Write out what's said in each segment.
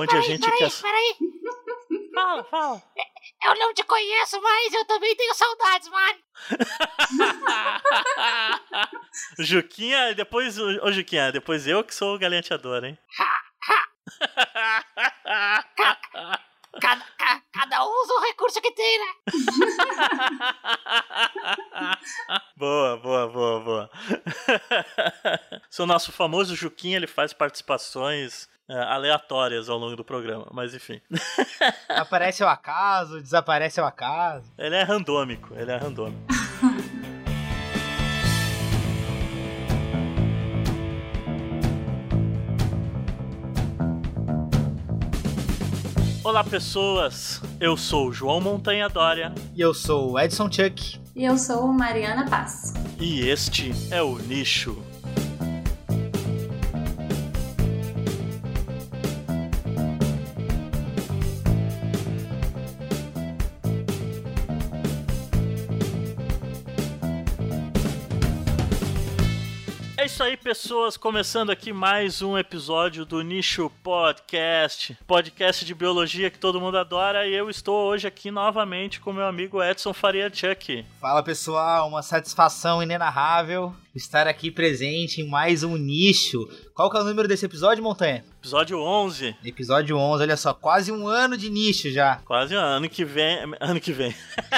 onde a gente quer... Peraí. Fala. Eu não te conheço, mas eu também tenho saudades, mano. Juquinha, depois... Ô, Juquinha, depois eu que sou o galanteador, hein? Cada um usa o recurso que tem, né? Boa. Sou nosso famoso Juquinha, ele faz participações aleatórias ao longo do programa, mas enfim. Aparece ao acaso, desaparece ao acaso. Ele é randômico. Olá, pessoas! Eu sou o João Montanha Dória. E eu sou o Edson Chuck. E eu sou Mariana Paz. E este é o Nicho. É isso aí, pessoas, começando aqui mais um episódio do Nicho Podcast de biologia que todo mundo adora, e eu estou hoje aqui novamente com meu amigo Edson Faria Chuck. Fala, pessoal, uma satisfação inenarrável estar aqui presente em mais um Nicho. Qual que é o número desse episódio, Montanha? Episódio 11. Episódio 11, olha só, quase um ano de Nicho já. Quase ano que vem. Ano que vem,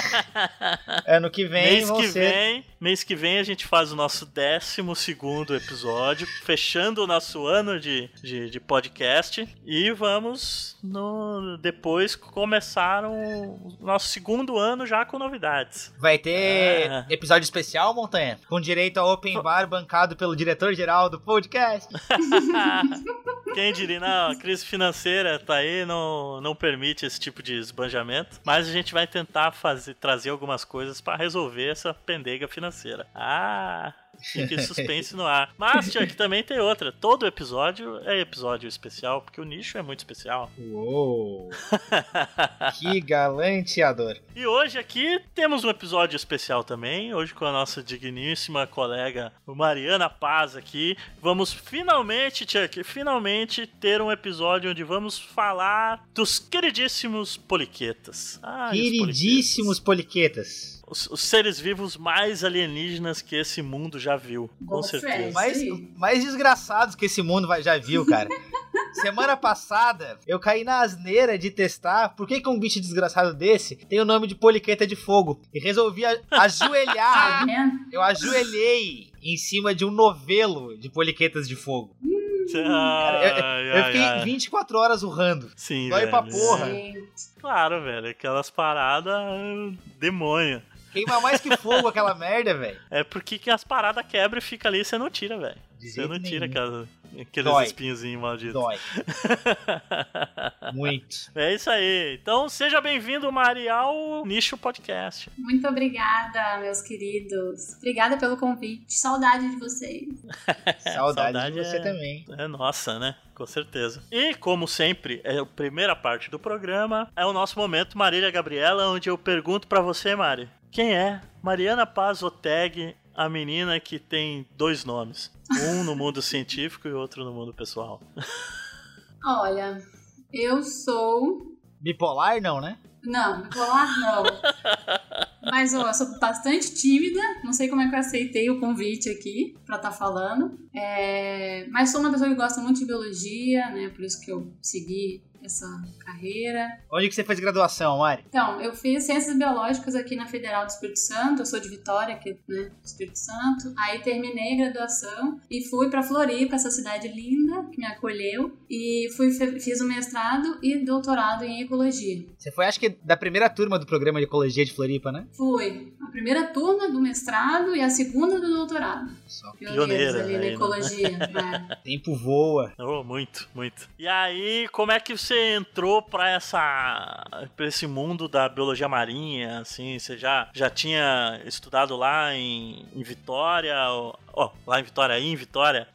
mês que vem a gente faz o nosso 12º episódio, fechando o nosso ano de podcast, e vamos depois começar o nosso segundo ano já com novidades. Vai ter episódio especial, Montanha? Com direito a open bar bancado pelo diretor-geral do podcast. Quem diria, não, a crise financeira tá aí, não permite esse tipo de esbanjamento, mas a gente vai tentar trazer algumas coisas para resolver essa pendenga financeira. Fique suspense no ar. Mas, Chuck, também tem outra. Todo episódio é episódio especial, porque o nicho é muito especial. Uou! Que galanteador! E hoje aqui temos um episódio especial também. Hoje com a nossa digníssima colega Mariana Paz aqui. Vamos finalmente, Chuck, ter um episódio onde vamos falar dos queridíssimos poliquetas. Queridíssimos poliquetas. Os seres vivos mais alienígenas que esse mundo já viu, com certeza. Mais desgraçados que esse mundo já viu, cara. Semana passada, eu caí na asneira de testar por que um bicho desgraçado desse tem o nome de poliqueta de fogo. E resolvi ajoelhar. Eu ajoelhei em cima de um novelo de poliquetas de fogo. Cara, eu fiquei 24 horas urrando. Sim, dói velho. Pra porra. Claro, velho. Aquelas paradas demônio. Queima mais que fogo aquela merda, velho. É porque que as paradas quebram e fica ali e você não tira, velho. Você não tira aqueles espinhozinhos malditos. Dói. Muito. É isso aí. Então, seja bem-vindo, Mari, ao Nicho Podcast. Muito obrigada, meus queridos. Obrigada pelo convite. Saudade de vocês. Saudade de você também. É nossa, né? Com certeza. E, como sempre, é a primeira parte do programa. É o nosso momento Marília Gabriela, onde eu pergunto pra você, Mari, quem é Mariana Paz Oteg, a menina que tem 2 nomes? Um no mundo científico e outro no mundo pessoal. Olha, eu sou... Bipolar não, né? Não, bipolar não. Mas, eu sou bastante tímida. Não sei como é que eu aceitei o convite aqui pra estar falando. Mas sou uma pessoa que gosta muito de biologia, né? Por isso que eu segui essa carreira. Onde que você fez graduação, Mari? Então, eu fiz Ciências Biológicas aqui na Federal do Espírito Santo. Eu sou de Vitória, aqui, né, do Espírito Santo. Aí terminei a graduação e fui pra Floripa, essa cidade linda que me acolheu. E fiz o mestrado e doutorado em Ecologia. Você foi, acho que, da primeira turma do programa de Ecologia de Floripa, né? Fui. A primeira turma do mestrado e a segunda do doutorado. Só pioneira ali na ecologia. Né? Tempo voa. Oh, muito, muito. E aí, como é que você entrou pra esse mundo da biologia marinha, assim? Você já tinha estudado lá em Vitória? Lá em Vitória,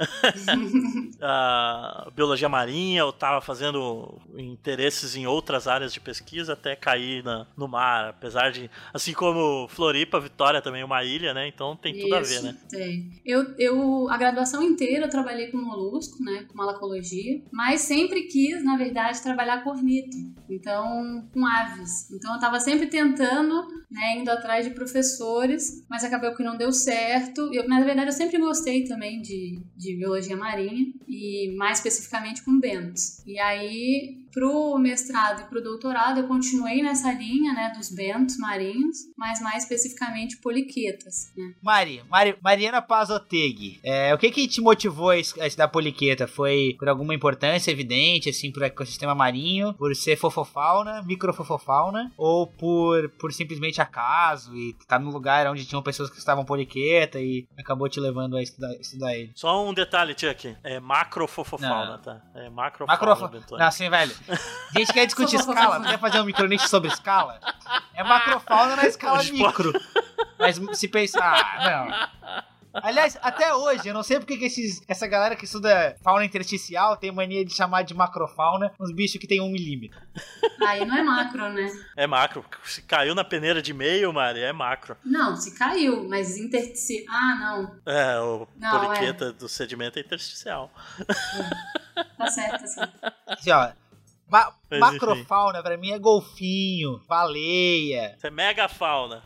biologia marinha, ou tava fazendo interesses em outras áreas de pesquisa até cair no mar, apesar de, assim como Floripa, Vitória também é uma ilha, né? Então tem tudo a ver, né? Tem. A graduação inteira eu trabalhei com molusco, né? Com malacologia, mas sempre quis, na verdade, trabalhar com ornito, então com aves. Então eu estava sempre tentando, né, indo atrás de professores, mas acabou que não deu certo. Na verdade, eu sempre gostei também de biologia marinha e mais especificamente com bentos. E aí, pro mestrado e pro doutorado, eu continuei nessa linha, né, dos bentos marinhos, mas mais especificamente poliquetas, né. Mariana Pazoteg, o que te motivou a estudar poliqueta? Foi por alguma importância evidente, assim, pro ecossistema marinho, por ser fofofauna, microfofofauna, ou por simplesmente acaso e estar num lugar onde tinham pessoas que estavam poliqueta e acabou te levando a estudar ele? Só um detalhe, Chuck, é macrofofofauna, tá? É macrofauna. Não, assim, velho, a gente quer discutir escala, não quer fazer um micronicho sobre escala? É macrofauna na escala micro. Mas se pensar, não. Aliás, até hoje, eu não sei porque que essa galera que estuda fauna intersticial tem mania de chamar de macrofauna uns bichos que tem 1 milímetro. Aí não é macro, né? É macro. Se caiu na peneira de meio, Mari, é macro. Não, se caiu, mas intersticial... Ah, não. Poliqueta do sedimento é intersticial. Tá certo, assim. Assim, ó... Macrofauna pra mim é golfinho, baleia. Isso é megafauna.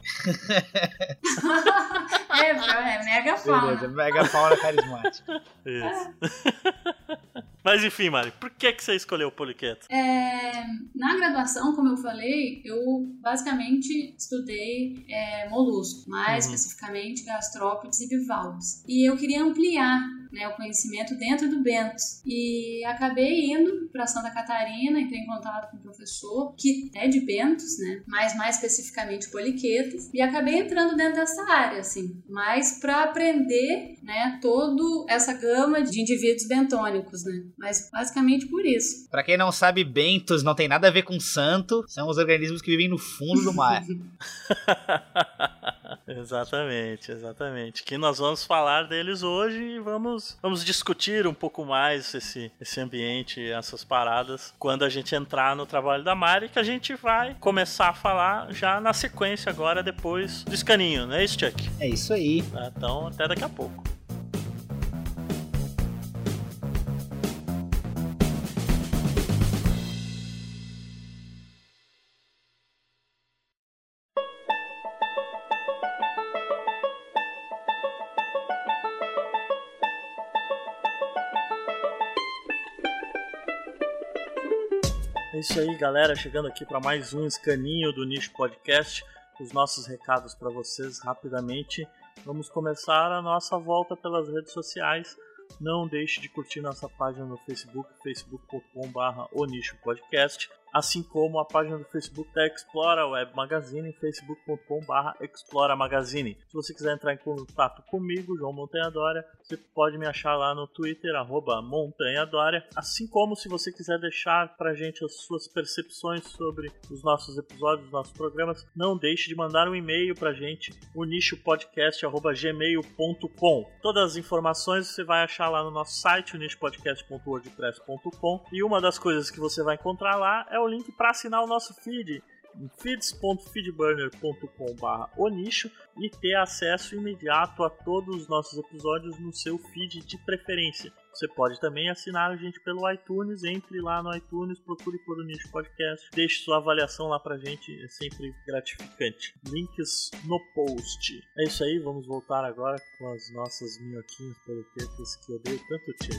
é megafauna. Beleza, megafauna carismática. Isso. Mas enfim, Mari, por que você escolheu o poliqueta? Na graduação, como eu falei, eu basicamente estudei molusco, mais especificamente gastrópodes e bivalves. E eu queria ampliar, né, o conhecimento dentro do bentos. E acabei indo para Santa Catarina, entrei em contato com um professor que é de bentos, né, mas mais especificamente poliquetas, e acabei entrando dentro dessa área, assim, mais para aprender, né, toda essa gama de indivíduos bentônicos, né, mas basicamente por isso. Pra quem não sabe, bentos não tem nada a ver com santo, são os organismos que vivem no fundo do mar. Exatamente. Que nós vamos falar deles hoje e vamos discutir um pouco mais esse ambiente, essas paradas, quando a gente entrar no trabalho da Mari, que a gente vai começar a falar já na sequência agora, depois do escaninho, não é isso, Chuck? É isso aí. Então, até daqui a pouco. É isso aí, galera, chegando aqui para mais um escaninho do Nicho Podcast, os nossos recados para vocês rapidamente. Vamos começar a nossa volta pelas redes sociais. Não deixe de curtir nossa página no Facebook, facebook.com/onichopodcast, assim como a página do Facebook da Explora Web Magazine, facebook.com/Explora Magazine. Se você quiser entrar em contato comigo, João Montanha Dória, você pode me achar lá no Twitter, @montanhadória, assim como se você quiser deixar pra gente as suas percepções sobre os nossos episódios, os nossos programas, não deixe de mandar um e-mail pra gente, onichopodcast@gmail.com. Todas as informações você vai achar lá no nosso site, onichopodcast.wordpress.com, e uma das coisas que você vai encontrar lá é o link para assinar o nosso feed em feeds.feedburner.com/onicho e ter acesso imediato a todos os nossos episódios no seu feed de preferência. Você pode também assinar a gente pelo iTunes, entre lá no iTunes, procure por o Nicho Podcast, deixe sua avaliação lá pra gente, é sempre gratificante. Links no post. É isso aí, vamos voltar agora com as nossas minhoquinhas poliquetas que eu odeio tanto tiro.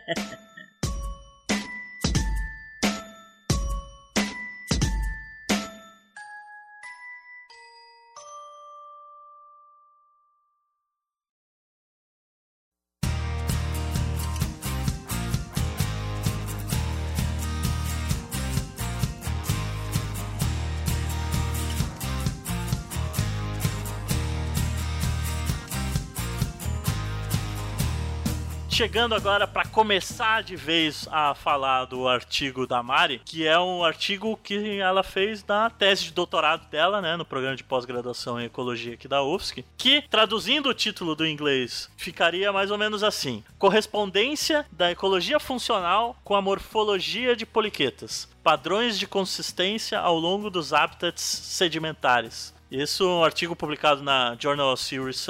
Chegando agora para começar de vez a falar do artigo da Mari, que é um artigo que ela fez na tese de doutorado dela, né, no programa de pós-graduação em ecologia aqui da UFSC, que, traduzindo o título do inglês, ficaria mais ou menos assim: correspondência da ecologia funcional com a morfologia de poliquetas, padrões de consistência ao longo dos hábitats sedimentares. Isso é um artigo publicado na Journal of Sea Research,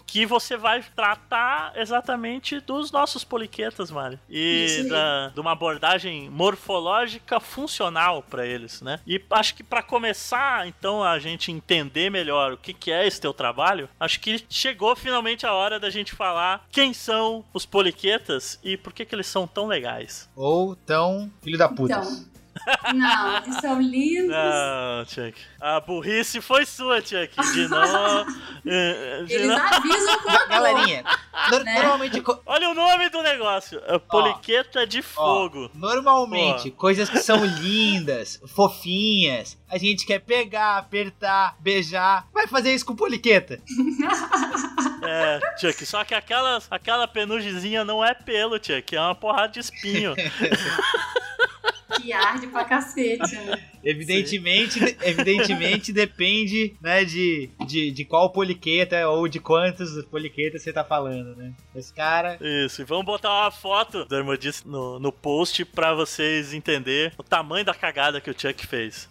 que você vai tratar exatamente dos nossos poliquetas, Mari. E de uma abordagem morfológica funcional para eles, né? E acho que para começar, então, a gente entender melhor o que é esse teu trabalho, acho que chegou finalmente a hora da gente falar quem são os poliquetas e por que eles são tão legais. Ou tão filho da puta. Então, não, eles são lindos. Não, Chuck. A burrice foi sua, Chuck. De não... Eles avisam com Galerinha, né? normalmente... Olha o nome do negócio. É poliqueta de fogo. Normalmente, coisas que são lindas, fofinhas, a gente quer pegar, apertar, beijar. Vai fazer isso com poliqueta. É, Chuck, só que aquela penugemzinha não é pelo, Chuck. É uma porrada de espinho. Que arde pra cacete, né? Evidentemente depende, né, de qual poliqueta ou de quantos poliquetas você tá falando, né? Esse cara... Isso, e vamos botar uma foto do Hermodice no post pra vocês entenderem o tamanho da cagada que o Chuck fez.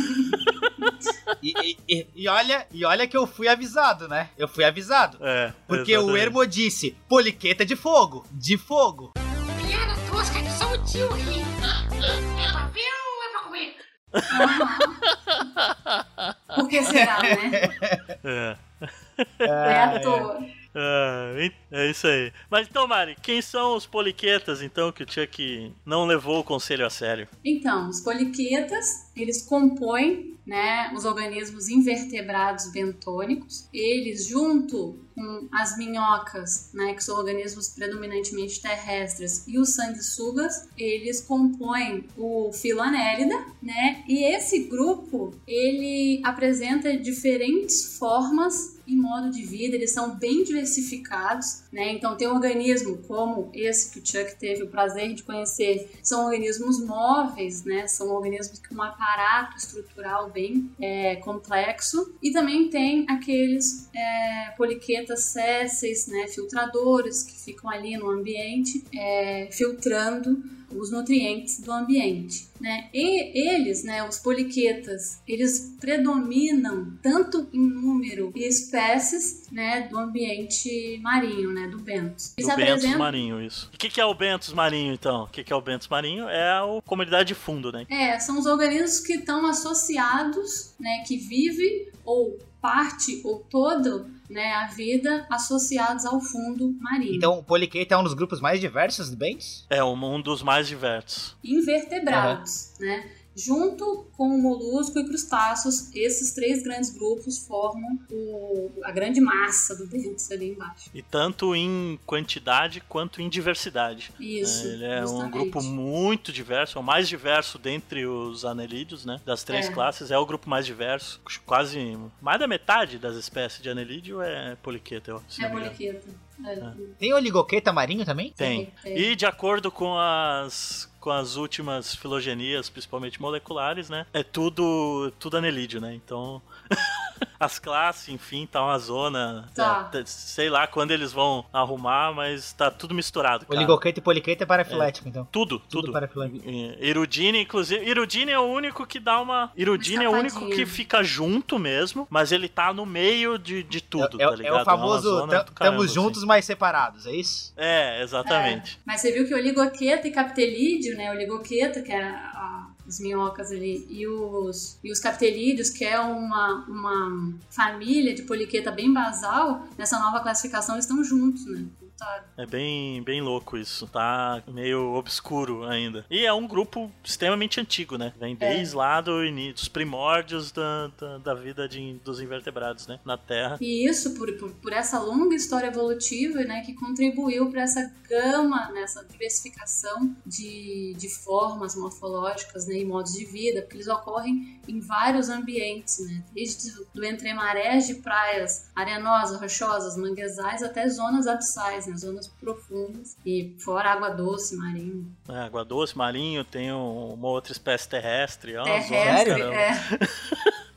E olha que eu fui avisado, né? Eu fui avisado. Porque exatamente. O Ermo disse, poliqueta de fogo. De fogo. Piada tosca que só o tio ri. É pra ver ou é pra comer? Por que será, né? É à toa. É isso aí. Mas então, Mari, quem são os poliquetas, então, que o Chuck não levou o conselho a sério? Então, os poliquetas, eles compõem, né, os organismos invertebrados bentônicos. Eles, junto com as minhocas, né, que são organismos predominantemente terrestres, e os sanguessugas, eles compõem o filo Annelida, né? E esse grupo, ele apresenta diferentes formas e modo de vida, eles são bem diversificados, né? Então tem um organismo como esse que o Chuck teve o prazer de conhecer, são organismos móveis, né? São organismos com um aparato estrutural bem complexo, e também tem aqueles poliquetas sésseis, né? Filtradores, que ficam ali no ambiente filtrando os nutrientes do ambiente, né? E eles, né, os poliquetas, eles predominam tanto em número e espécies, né, do ambiente marinho, né, do bentos. Do bentos marinho, isso. E o que é o bentos marinho, então? O que é o bentos marinho? É a comunidade de fundo, né? São os organismos que estão associados, né, que vivem ou parte ou todo, né, a vida associados ao fundo marinho. Então o poliqueta é um dos grupos mais diversos de bentos? É um dos mais diversos. Invertebrados, né? Junto com o molusco e crustáceos, esses três grandes grupos formam a grande massa do bentos ali embaixo. E tanto em quantidade quanto em diversidade. Isso, ele é justamente. Um grupo muito diverso, é o mais diverso dentre os anelídeos, né? Das três classes, é o grupo mais diverso. Quase mais da metade das espécies de anelídeo é poliqueta. Poliqueta. Tem oligoqueta marinho também? Tem. E de acordo com as últimas filogenias, principalmente moleculares, né? É tudo anelídeo, né? Então, as classes, enfim, tá uma zona. Sei lá quando eles vão arrumar, mas tá tudo misturado, cara. Oligoqueta e poliqueta é parafilético, então. Tudo. Parafilético. Irudine, inclusive. Irudine é o único que dá uma. Irudine é o único que fica junto mesmo, mas ele tá no meio de tudo, tá ligado? É o famoso estamos juntos, assim, mas separados, é isso? Exatamente. Mas você viu que o oligoqueta e captelídeo, né? O oligoqueta, que é as minhocas ali, e os captelídeos, que é uma família de poliqueta bem basal, nessa nova classificação estão juntos, né? É bem louco isso, tá meio obscuro ainda. E é um grupo extremamente antigo, né? Vem desde lá dos primórdios da vida dos invertebrados, né? Na Terra. E isso por essa longa história evolutiva, né? Que contribuiu para essa gama, nessa diversificação de formas morfológicas, né? E modos de vida, porque eles ocorrem em vários ambientes, né? Desde do entre marés de praias arenosas, rochosas, manguezais, até zonas abissais, né? Zonas profundas, e fora água doce, marinho. Água doce, marinho, tem uma outra espécie terrestre. Terrestre,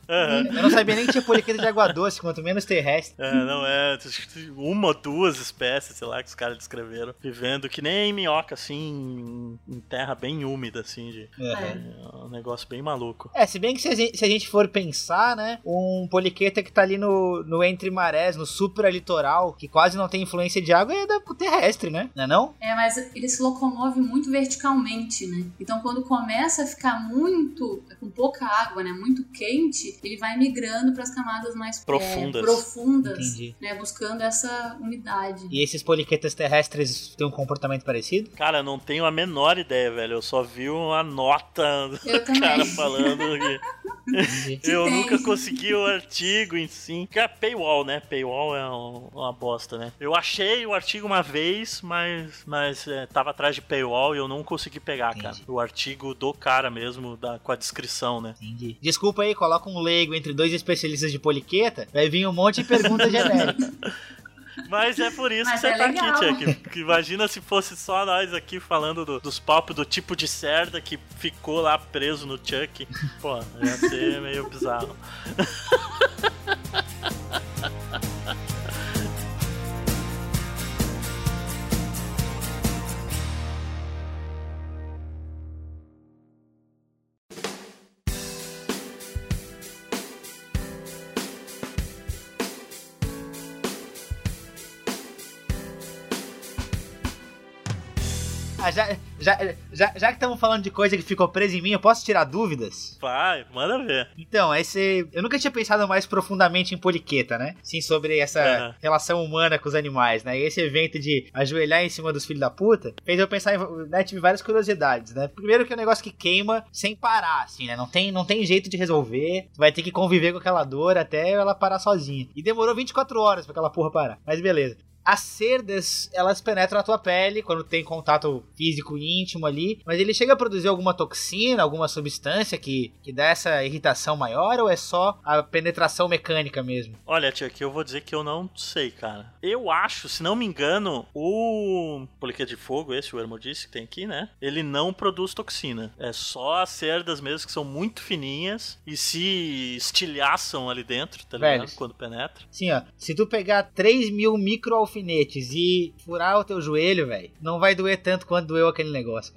Eu não sabia nem que tinha poliqueta de água doce, quanto menos terrestre. Não é. Uma ou duas espécies, sei lá, que os caras descreveram. Vivendo que nem minhoca, assim, em terra bem úmida, assim. É um negócio bem maluco. Se bem que se a gente for pensar, né, um poliqueta que tá ali no entre marés, no supralitoral, que quase não tem influência de água, é da terrestre, né? Não é não? Mas ele se locomove muito verticalmente, né? Então quando começa a ficar muito, com pouca água, né, muito quente, ele vai migrando para as camadas mais profundas, né, buscando essa umidade. E esses poliquetas terrestres têm um comportamento parecido? Cara, não tenho a menor ideia, velho. Eu só vi uma nota do cara falando que eu nunca consegui o artigo em si. Que é paywall, né? Paywall é uma bosta, né? Eu achei o artigo uma vez, mas tava atrás de paywall e eu não consegui pegar, cara. O artigo do cara mesmo, com a descrição, né? Entendi. Desculpa aí, coloca um leigo entre dois especialistas de poliqueta, vai vir um monte de pergunta genérica. Mas é por isso que você tá aqui, Chuck. Que imagina se fosse só nós aqui falando dos papos do tipo de cerda que ficou lá preso no Chuck. Pô, ia ser meio bizarro. Já que estamos falando de coisa que ficou presa em mim, eu posso tirar dúvidas? Vai, manda ver. Então, eu nunca tinha pensado mais profundamente em poliqueta, né? Sim, sobre essa relação humana com os animais, né? E esse evento de ajoelhar em cima dos filhos da puta fez eu pensar né, tive várias curiosidades, né? Primeiro que é um negócio que queima sem parar, assim, né? Não tem jeito de resolver. Tu vai ter que conviver com aquela dor até ela parar sozinha. E demorou 24 horas pra aquela porra parar. Mas beleza. As cerdas, elas penetram a tua pele quando tem contato físico íntimo ali, mas ele chega a produzir alguma toxina, alguma substância que dá essa irritação maior, ou é só a penetração mecânica mesmo? Olha, Tia, eu vou dizer que eu não sei, cara. Eu acho, se não me engano, o poliqueta de fogo, o Hermodice que tem aqui, né? Ele não produz toxina. É só as cerdas mesmo que são muito fininhas e se estilhaçam ali dentro, tá ligado? Quando penetra. Sim, ó. Se tu pegar 3.000 microalfinetes e furar o teu joelho, velho, não vai doer tanto quanto doeu aquele negócio.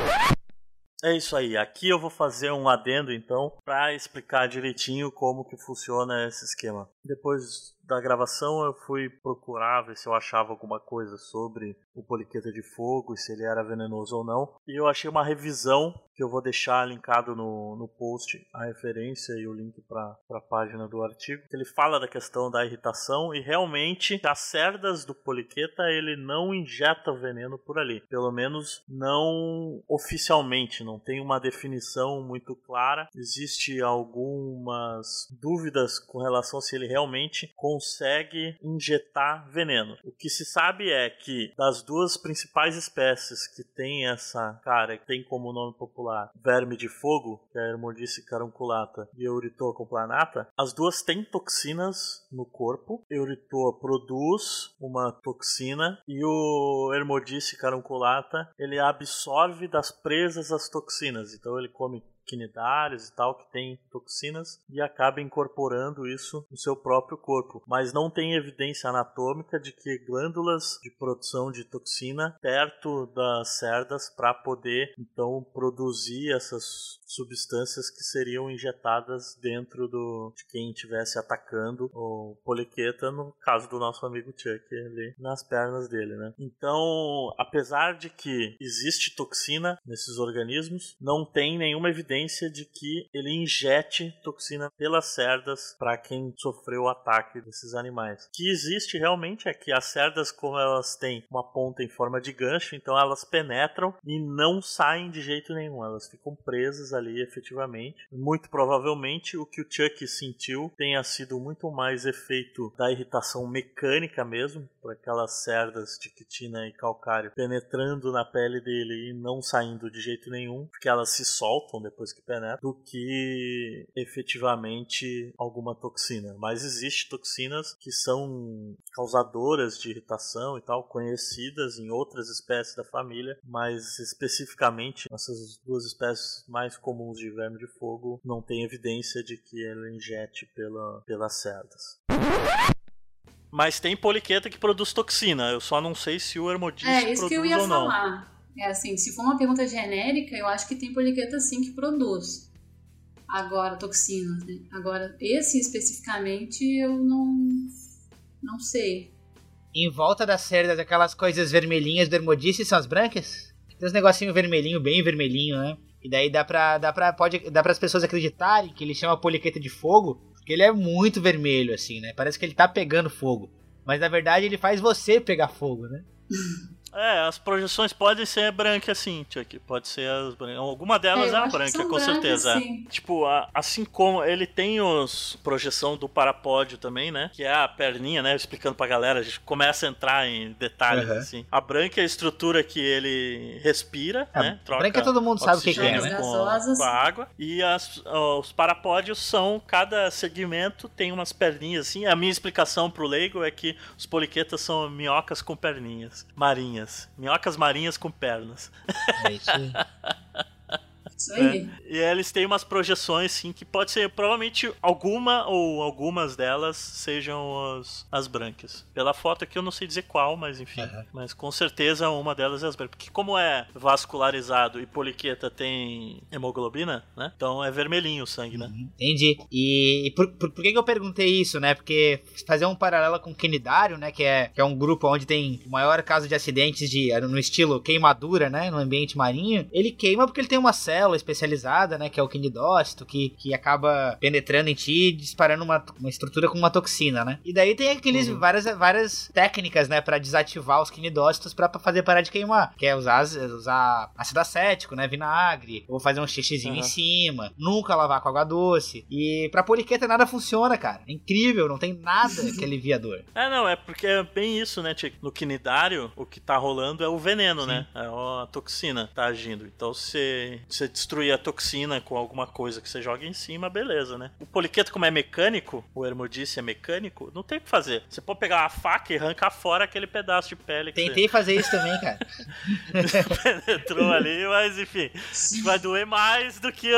É isso aí. Aqui eu vou fazer um adendo, então, pra explicar direitinho como que funciona esse esquema. Depois da gravação eu fui procurar ver se eu achava alguma coisa sobre o poliqueta de fogo e se ele era venenoso ou não. E eu achei uma revisão que eu vou deixar linkado no post, a referência e o link para a página do artigo. Ele fala da questão da irritação e realmente as cerdas do poliqueta ele não injeta veneno por ali. Pelo menos não oficialmente, não tem uma definição muito clara. Existe algumas dúvidas com relação a se ele realmente consegue injetar veneno. O que se sabe é que das duas principais espécies que tem essa cara, que tem como nome popular verme de fogo, que é a Hermodice carunculata e Euritoa complanata, as duas têm toxinas no corpo. Euritoa produz uma toxina e o Hermodice carunculata ele absorve das presas as toxinas. Então ele come quinidários e tal, que tem toxinas, e acaba incorporando isso no seu próprio corpo. Mas não tem evidência anatômica de que glândulas de produção de toxina perto das cerdas para poder, então, produzir essas substâncias que seriam injetadas dentro de quem estivesse atacando o poliqueta, no caso do nosso amigo Chuck ali, nas pernas dele, né? Então, apesar de que existe toxina nesses organismos, não tem nenhuma evidência de que ele injete toxina pelas cerdas para quem sofreu o ataque desses animais. O que existe realmente é que as cerdas, como elas têm uma ponta em forma de gancho, então elas penetram e não saem de jeito nenhum, elas ficam presas ali efetivamente. Muito provavelmente o que o Chuck sentiu tenha sido muito mais efeito da irritação mecânica mesmo, por aquelas cerdas de quitina e calcário penetrando na pele dele e não saindo de jeito nenhum, porque elas se soltam depois depois que penetra, do que efetivamente alguma toxina. Mas existe toxinas que são causadoras de irritação e tal, conhecidas em outras espécies da família, mas especificamente essas duas espécies mais comuns de verme de fogo não tem evidência de que ela injete pelas cerdas. Mas tem poliqueta que produz toxina, eu só não sei se o Hermodice produz ou não. É isso que eu ia falar. É assim, se for uma pergunta genérica, eu acho que tem poliqueta sim que produz. Agora, toxinas, né? Agora, esse especificamente eu não sei. Em volta das cerdas, aquelas coisas vermelhinhas do Hermodice são as brancas? Tem uns negocinho vermelhinho, bem vermelhinho, né? E daí dá pra as pessoas acreditarem que ele chama poliqueta de fogo, porque ele é muito vermelho, assim, né? Parece que ele tá pegando fogo. Mas na verdade ele faz você pegar fogo, né? As projeções podem ser brancas, sim, Chuck. Pode ser as brancas. Alguma delas é branca, com certeza. Sim. Tipo, assim como ele tem os projeção do parapódio também, né? Que é a perninha, né? Explicando pra galera, a gente começa a entrar em detalhes, assim. A branca é a estrutura que ele respira, né? Troca branca todo mundo sabe o que é, né? Com a água. E os parapódios são, cada segmento tem umas perninhas, assim. A minha explicação pro leigo é que os poliquetas são minhocas com perninhas marinhas. Minhocas marinhas com pernas. É isso aí. Isso aí. E eles têm umas projeções, sim, que pode ser, provavelmente, alguma ou algumas delas sejam as brancas. Pela foto aqui eu não sei dizer qual, mas enfim. Mas com certeza uma delas é as brancas. Porque como é vascularizado e poliqueta tem hemoglobina, né? Então é vermelhinho o sangue, né? Entendi. E por que eu perguntei isso, né? Porque fazer um paralelo com o quinidário, né? Que é um grupo onde tem o maior caso de acidentes no estilo queimadura, né? No ambiente marinho. Ele queima porque ele tem uma célula especializada, né, que é o quinidócito, que acaba penetrando em ti e disparando uma estrutura com uma toxina, né? E daí tem aqueles várias técnicas, né, pra desativar os quinidócitos pra fazer parar de queimar, que é usar ácido acético, né, vinagre, ou fazer um xixizinho em cima, nunca lavar com água doce. E pra poliqueta nada funciona, cara. É incrível, não tem nada que alivia a dor. Não, é porque é bem isso, né, Tico? No quinidário, o que tá rolando é o veneno, né? É a toxina que tá agindo. Então, se você destruir a toxina com alguma coisa que você joga em cima, beleza, né? O poliqueta, como é mecânico, o Hermodice é mecânico, não tem o que fazer. Você pode pegar uma faca e arrancar fora aquele pedaço de pele que Tentei fazer isso também, cara. Penetrou ali, mas enfim, vai doer mais do que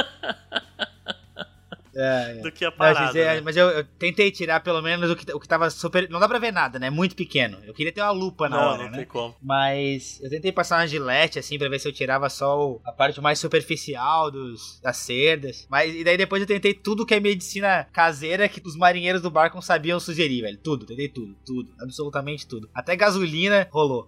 do que a parada. Né? Mas eu tentei tirar pelo menos o que tava super... Não dá pra ver nada, né? Muito pequeno. Eu queria ter uma lupa na hora, não né? Tem como. Mas eu tentei passar uma gilete, assim, pra ver se eu tirava só a parte mais superficial das cerdas. E daí depois eu tentei tudo que é medicina caseira que os marinheiros do barco não sabiam sugerir, velho. Tudo, tentei tudo. Absolutamente tudo. Até gasolina rolou.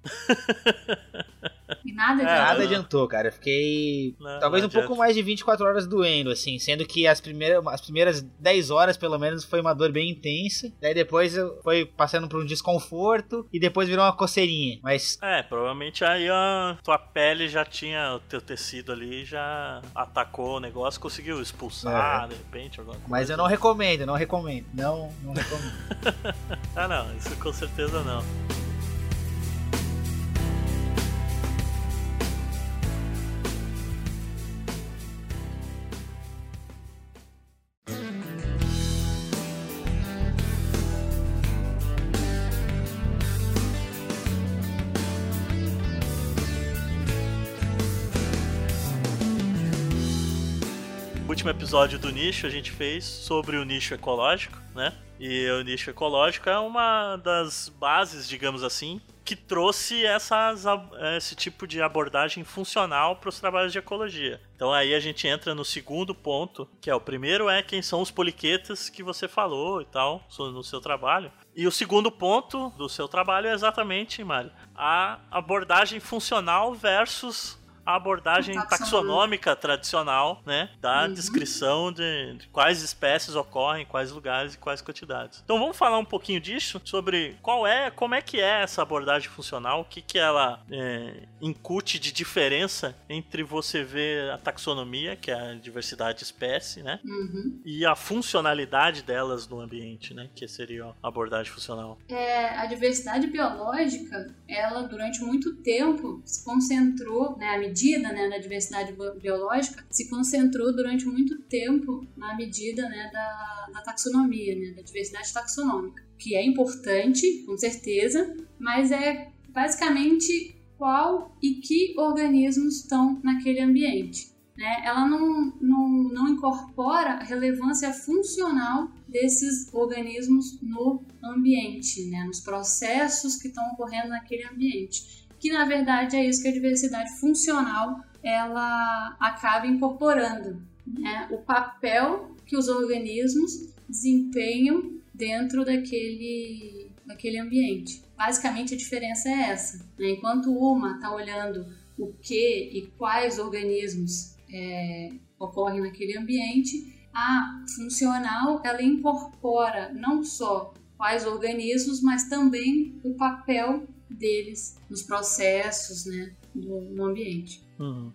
E nada adiantou, cara. Eu fiquei talvez um pouco mais de 24 horas doendo, assim, sendo que as primeiras 10 horas, pelo menos, foi uma dor bem intensa. Daí depois foi passando por um desconforto e depois virou uma coceirinha. Mas provavelmente aí a tua pele já tinha, o teu tecido ali já atacou o negócio, conseguiu expulsar, de repente, alguma coisa. Mas eu não recomendo. Não recomendo. Não, isso com certeza não. No último episódio do nicho a gente fez sobre o nicho ecológico, né? E o nicho ecológico é uma das bases, digamos assim, que trouxe esse tipo de abordagem funcional para os trabalhos de ecologia. Então aí a gente entra no segundo ponto, que é o primeiro quem são os poliquetas que você falou e tal, no seu trabalho. E o segundo ponto do seu trabalho é exatamente, Mário, a abordagem funcional versus a abordagem taxonômica tradicional, né, da descrição de quais espécies ocorrem, quais lugares e quais quantidades. Então vamos falar um pouquinho disso, sobre como é que é essa abordagem funcional, o que ela incute de diferença entre você ver a taxonomia, que é a diversidade de espécie, né, e a funcionalidade delas no ambiente, né, que seria a abordagem funcional. A diversidade biológica, ela durante muito tempo se concentrou, né, medida, né, da diversidade biológica se concentrou durante muito tempo na medida, né, da taxonomia, né, da diversidade taxonômica, que é importante, com certeza, mas é basicamente qual e que organismos estão naquele ambiente. Né? Ela não incorpora a relevância funcional desses organismos no ambiente, né? Nos processos que estão ocorrendo naquele ambiente. Que, na verdade, é isso que a diversidade funcional ela acaba incorporando, né? O papel que os organismos desempenham dentro daquele ambiente. Basicamente, a diferença é essa. Né? Enquanto uma está olhando o que e quais organismos ocorrem naquele ambiente, a funcional ela incorpora não só quais organismos, mas também o papel deles nos processos, né, no ambiente. Uhum.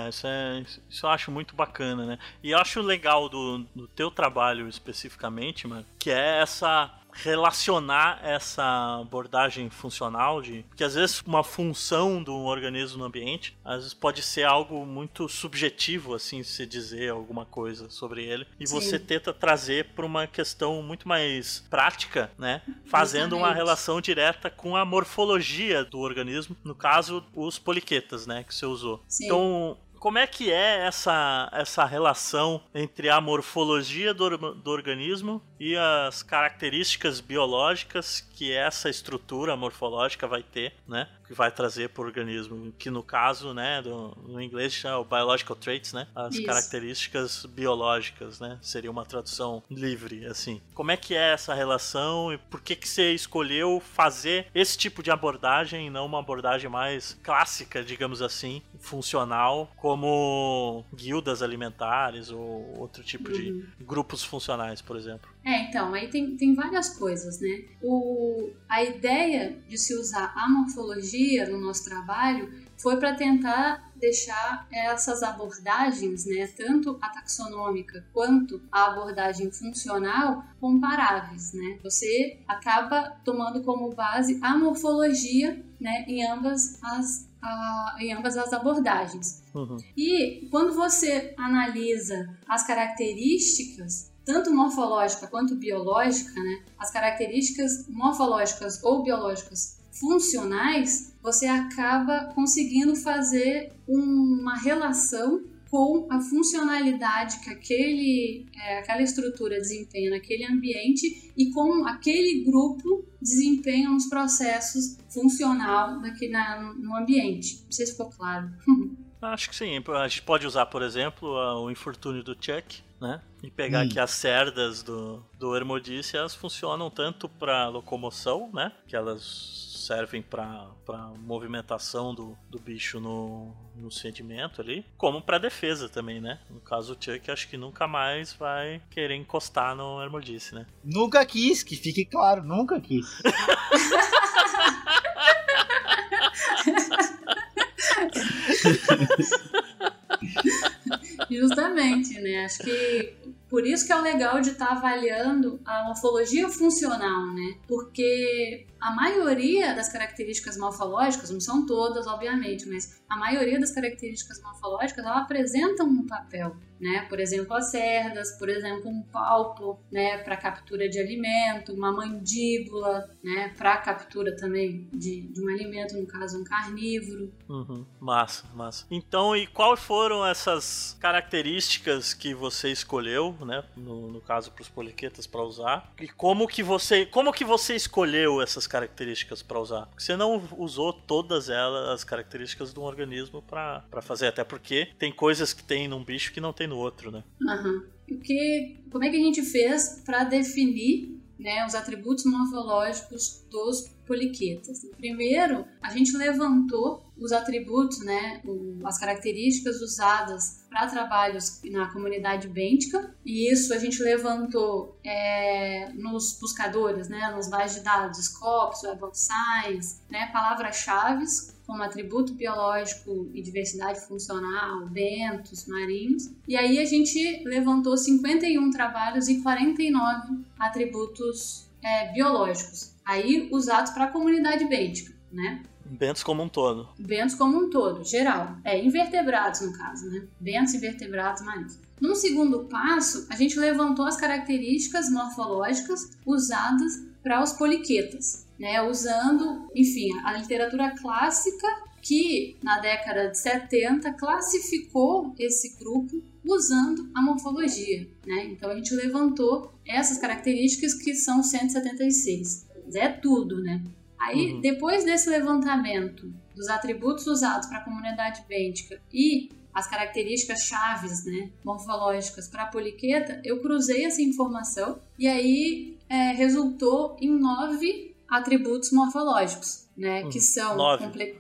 Isso eu acho muito bacana, né? E eu acho legal do teu trabalho especificamente, mano, que é relacionar essa abordagem funcional porque às vezes uma função de um organismo no ambiente às vezes pode ser algo muito subjetivo, assim, se dizer alguma coisa sobre ele, e Sim. Você tenta trazer para uma questão muito mais prática, né, fazendo uma relação direta com a morfologia do organismo, no caso os poliquetas, né, que você usou. Sim. Então, como é que é essa relação entre a morfologia do organismo e as características biológicas que essa estrutura morfológica vai ter, né? Que vai trazer para o organismo, que no caso, né, no inglês chama o biological traits, né? As características biológicas, né? Seria uma tradução livre, assim. Como é que é essa relação e por que você escolheu fazer esse tipo de abordagem e não uma abordagem mais clássica, digamos assim, funcional, como guildas alimentares ou outro tipo de grupos funcionais, por exemplo? Então, aí tem várias coisas, né? A ideia de se usar a morfologia no nosso trabalho foi para tentar deixar essas abordagens, né, tanto a taxonômica quanto a abordagem funcional, comparáveis, né? Você acaba tomando como base a morfologia, né, em ambas as abordagens. Uhum. E quando você analisa as características, tanto morfológica quanto biológica, né, as características morfológicas ou biológicas funcionais, você acaba conseguindo fazer uma relação com a funcionalidade que aquela estrutura desempenha naquele ambiente e como aquele grupo desempenha nos processos funcional no ambiente. Não sei se ficou claro. Acho que sim. A gente pode usar, por exemplo, o infortúnio do Chuck, né? E pegar aqui as cerdas do Hermodice, elas funcionam tanto para locomoção, né? Que elas servem para movimentação do bicho no sedimento ali, como para defesa também, né? No caso, o Chuck acho que nunca mais vai querer encostar no Hermodice, né? Nunca quis, que fique claro, nunca quis. Justamente, né? Acho que por isso que é o legal de estar avaliando a morfologia funcional, né? Porque a maioria das características morfológicas, não são todas, obviamente, mas a maioria das características morfológicas, ela apresentam um papel, né? Por exemplo, as cerdas, por exemplo, um palpo, né, para captura de alimento, uma mandíbula, né, para captura também de um alimento, no caso, um carnívoro. Uhum. Massa. Então, e quais foram essas características que você escolheu, né, no caso, para os poliquetas para usar? E como que você escolheu essas características para usar? Porque você não usou todas elas, as características de um organismo para fazer, até porque tem coisas que tem num bicho que não tem no outro, né? Uhum. Como é que a gente fez para definir, né, os atributos morfológicos dos poliquetas? Primeiro, a gente levantou os atributos, né, as características usadas para trabalhos na comunidade bêntica, e isso a gente levantou nos buscadores, né, nos bases de dados, Scopus, Web of Science, né, palavras-chave como atributo biológico e diversidade funcional, bentos, marinhos. E aí a gente levantou 51 trabalhos e 49 atributos biológicos, aí usados para a comunidade bêntica, né? Bentos como um todo. Bentos como um todo, geral. Invertebrados no caso, né? Bentos, invertebrados, marinhos. Num segundo passo, a gente levantou as características morfológicas usadas para os poliquetas, né? Usando, enfim, a literatura clássica que na década de 70 classificou esse grupo usando a morfologia, né? Então a gente levantou essas características que são 176. É tudo, né? Aí, depois desse levantamento dos atributos usados para a comunidade bêntica e as características chaves, né, morfológicas para a poliqueta, eu cruzei essa informação e aí resultou em 9 atributos morfológicos, né, que são 9.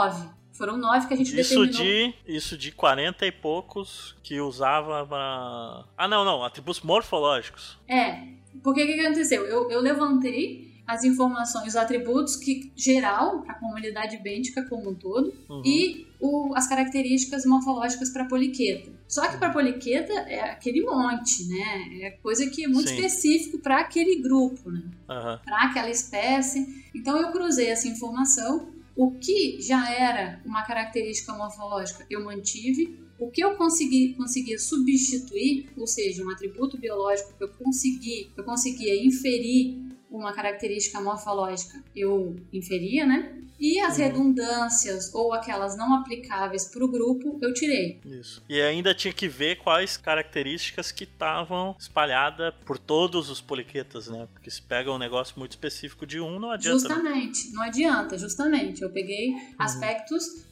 Foram 9 que a gente determinou. Isso de 40 e poucos que usava para... não, atributos morfológicos. Porque o que aconteceu? Eu levantei as informações, os atributos que geral para a comunidade bêntica como um todo e as características morfológicas para a poliqueta. Só que para a poliqueta é aquele monte, né? É coisa que é muito específico para aquele grupo, né? Para aquela espécie. Então eu cruzei essa informação. O que já era uma característica morfológica eu mantive. O que eu conseguia substituir, ou seja, um atributo biológico que eu conseguia inferir uma característica morfológica, eu inferia, né? E as redundâncias ou aquelas não aplicáveis para o grupo, eu tirei. Isso. E ainda tinha que ver quais características que estavam espalhadas por todos os poliquetas, né? Porque se pega um negócio muito específico de um, não adianta. Justamente, não adianta, justamente. Eu peguei aspectos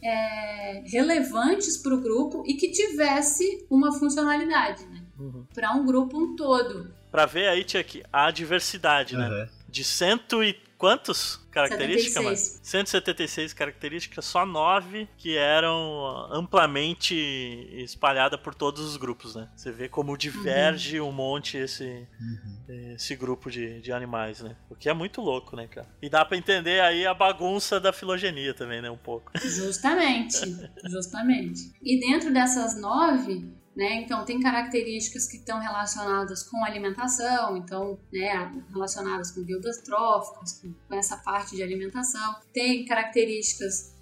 relevantes para o grupo e que tivesse uma funcionalidade, né? Para um grupo um todo. Pra ver aí, tinha aqui a diversidade, né? De cento e quantos características? 76. 176 características, só 9 que eram amplamente espalhadas por todos os grupos, né? Você vê como diverge um monte esse grupo de animais, né? O que é muito louco, né, cara? E dá pra entender aí a bagunça da filogenia também, né? Um pouco. Justamente. E dentro dessas 9... né? Então, tem características que estão relacionadas com alimentação, então, né, relacionadas com guildas tróficas, com essa parte de alimentação. Tem características,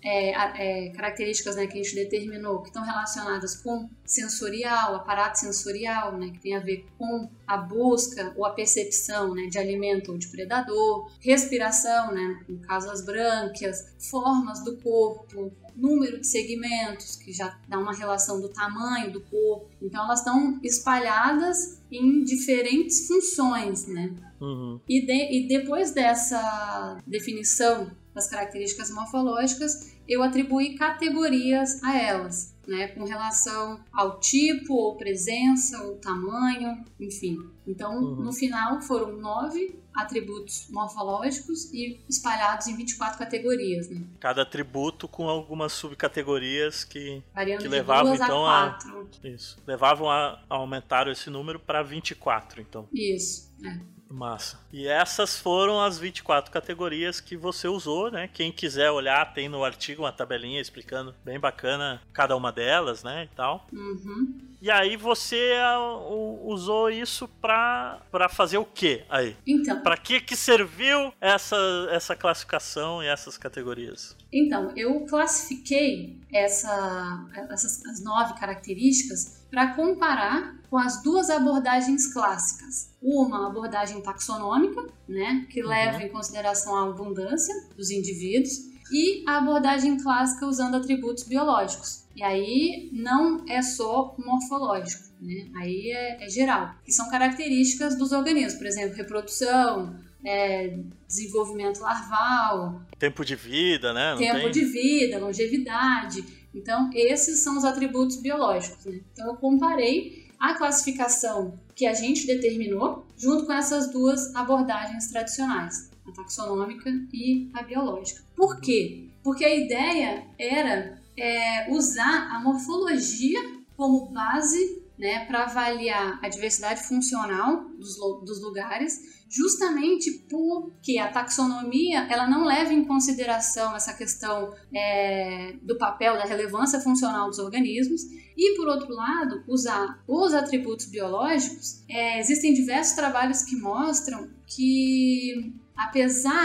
né, que a gente determinou que estão relacionadas com sensorial, aparato sensorial, né, que tem a ver com a busca ou a percepção, né, de alimento ou de predador, respiração, né, no caso as brânquias, formas do corpo, número de segmentos, que já dá uma relação do tamanho do corpo. Então, elas estão espalhadas em diferentes funções, né? E depois dessa definição das características morfológicas, eu atribuí categorias a elas, né? Com relação ao tipo, ou presença, ou tamanho, enfim. Então, no final, foram 9 atributos morfológicos e espalhados em 24 categorias, né? Cada atributo com algumas subcategorias que levavam então a 4. Levavam a aumentar esse número para 24, então. Isso, Massa. E essas foram as 24 categorias que você usou, né? Quem quiser olhar, tem no artigo uma tabelinha explicando bem bacana cada uma delas, né? E tal. E aí você usou isso pra fazer o quê aí? Então. Pra que serviu essa classificação e essas categorias? Então, eu classifiquei as 9 características para comparar com as 2 abordagens clássicas. Uma abordagem taxonômica, né, que leva em consideração a abundância dos indivíduos, e a abordagem clássica usando atributos biológicos. E aí não é só morfológico, né? Aí é geral, que são características dos organismos, por exemplo, reprodução, desenvolvimento larval, tempo de vida, né? De vida, longevidade. Então, esses são os atributos biológicos, né? Então, eu comparei a classificação que a gente determinou junto com essas 2 abordagens tradicionais, a taxonômica e a biológica. Por quê? Porque a ideia era usar a morfologia como base, né, para avaliar a diversidade funcional dos lugares, justamente porque a taxonomia ela não leva em consideração essa questão do papel, da relevância funcional dos organismos, e, por outro lado, usar os atributos biológicos. Existem diversos trabalhos que mostram que, apesar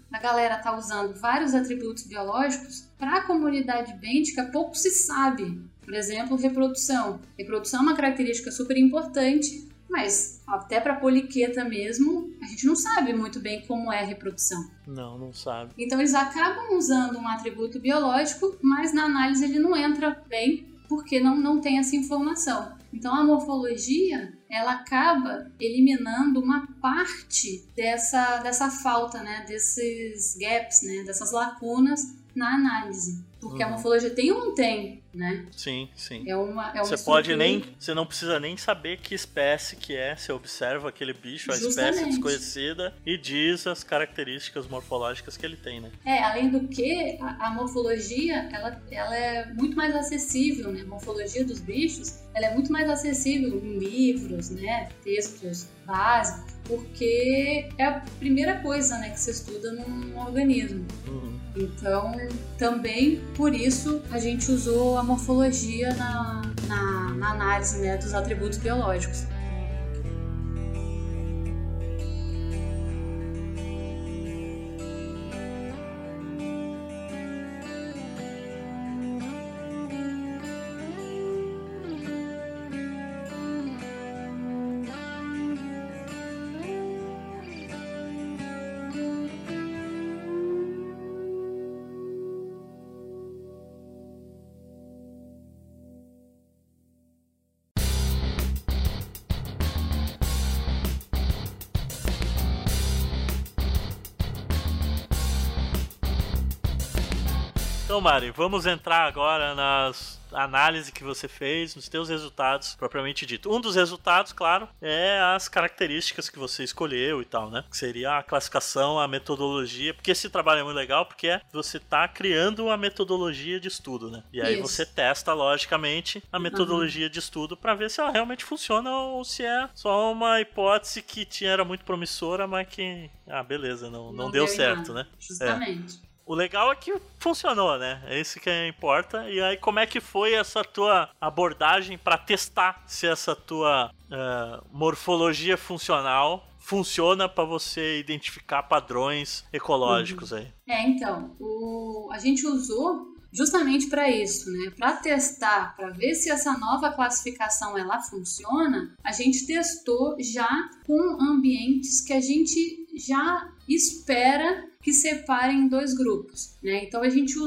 a galera está usando vários atributos biológicos, para a comunidade bêntica pouco se sabe. Por exemplo, reprodução. Reprodução é uma característica super importante, mas até para poliqueta mesmo, a gente não sabe muito bem como é a reprodução. Não sabe. Então eles acabam usando um atributo biológico, mas na análise ele não entra bem, porque não tem essa informação. Então a morfologia, ela acaba eliminando uma parte dessa falta, né, desses gaps, né, dessas lacunas na análise. Porque a morfologia tem ou não tem, né? Sim. É uma Você não precisa nem saber que espécie que é. Você observa aquele bicho, a espécie desconhecida, e diz as características morfológicas que ele tem, né? Além do que, a morfologia, ela é muito mais acessível, né? A morfologia dos bichos, ela é muito mais acessível em livros, né? Textos básicos, porque é a primeira coisa, né, que se estuda num organismo. Então, também por isso a gente usou a morfologia na análise, né, dos atributos biológicos. Então, Mari, vamos entrar agora nas análises que você fez, nos teus resultados, propriamente dito. Um dos resultados, claro, é as características que você escolheu e tal, né? Que seria a classificação, a metodologia, porque esse trabalho é muito legal, porque você tá criando uma metodologia de estudo, né? E aí você testa, logicamente, a metodologia de estudo para ver se ela realmente funciona ou se é só uma hipótese que era muito promissora, mas que, beleza, não deu certo, né? Justamente. O legal é que funcionou, né? É isso que importa. E aí, como é que foi essa tua abordagem para testar se essa tua morfologia funcional funciona para você identificar padrões ecológicos aí? Então, a gente usou justamente para isso, né? Para testar, para ver se essa nova classificação ela funciona, a gente testou já com ambientes que a gente já espera que separem em dois grupos, né? Então a gente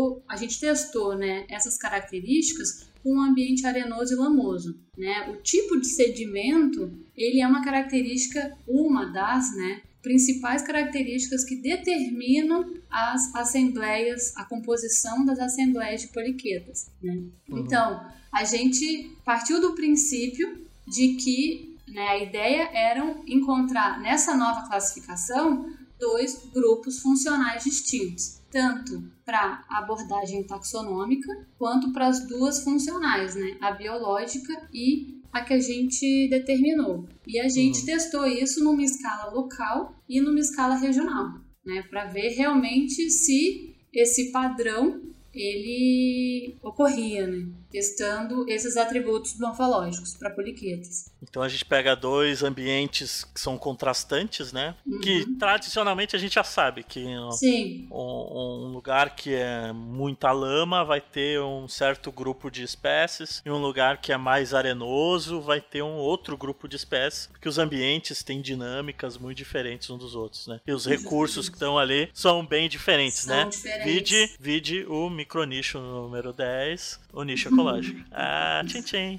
testou, né, essas características com um ambiente arenoso e lamoso, né? O tipo de sedimento, ele é uma característica, uma das, né, principais características que determinam as assembleias, a composição das assembleias de poliquetas, né? Então, a gente partiu do princípio de que, né, a ideia era encontrar nessa nova classificação dois grupos funcionais distintos, tanto para a abordagem taxonômica quanto para as duas funcionais, né, a biológica e a que a gente determinou. E a gente testou isso numa escala local e numa escala regional, né, para ver realmente se esse padrão ele ocorria, né, testando esses atributos morfológicos para poliquetas. Então a gente pega dois ambientes que são contrastantes, né? Que tradicionalmente a gente já sabe que um lugar que é muita lama vai ter um certo grupo de espécies e um lugar que é mais arenoso vai ter um outro grupo de espécies, porque os ambientes têm dinâmicas muito diferentes uns dos outros, né? E os recursos que estão ali são bem diferentes, né? Vide o micronicho número 10, o nicho ecológico. Tchim.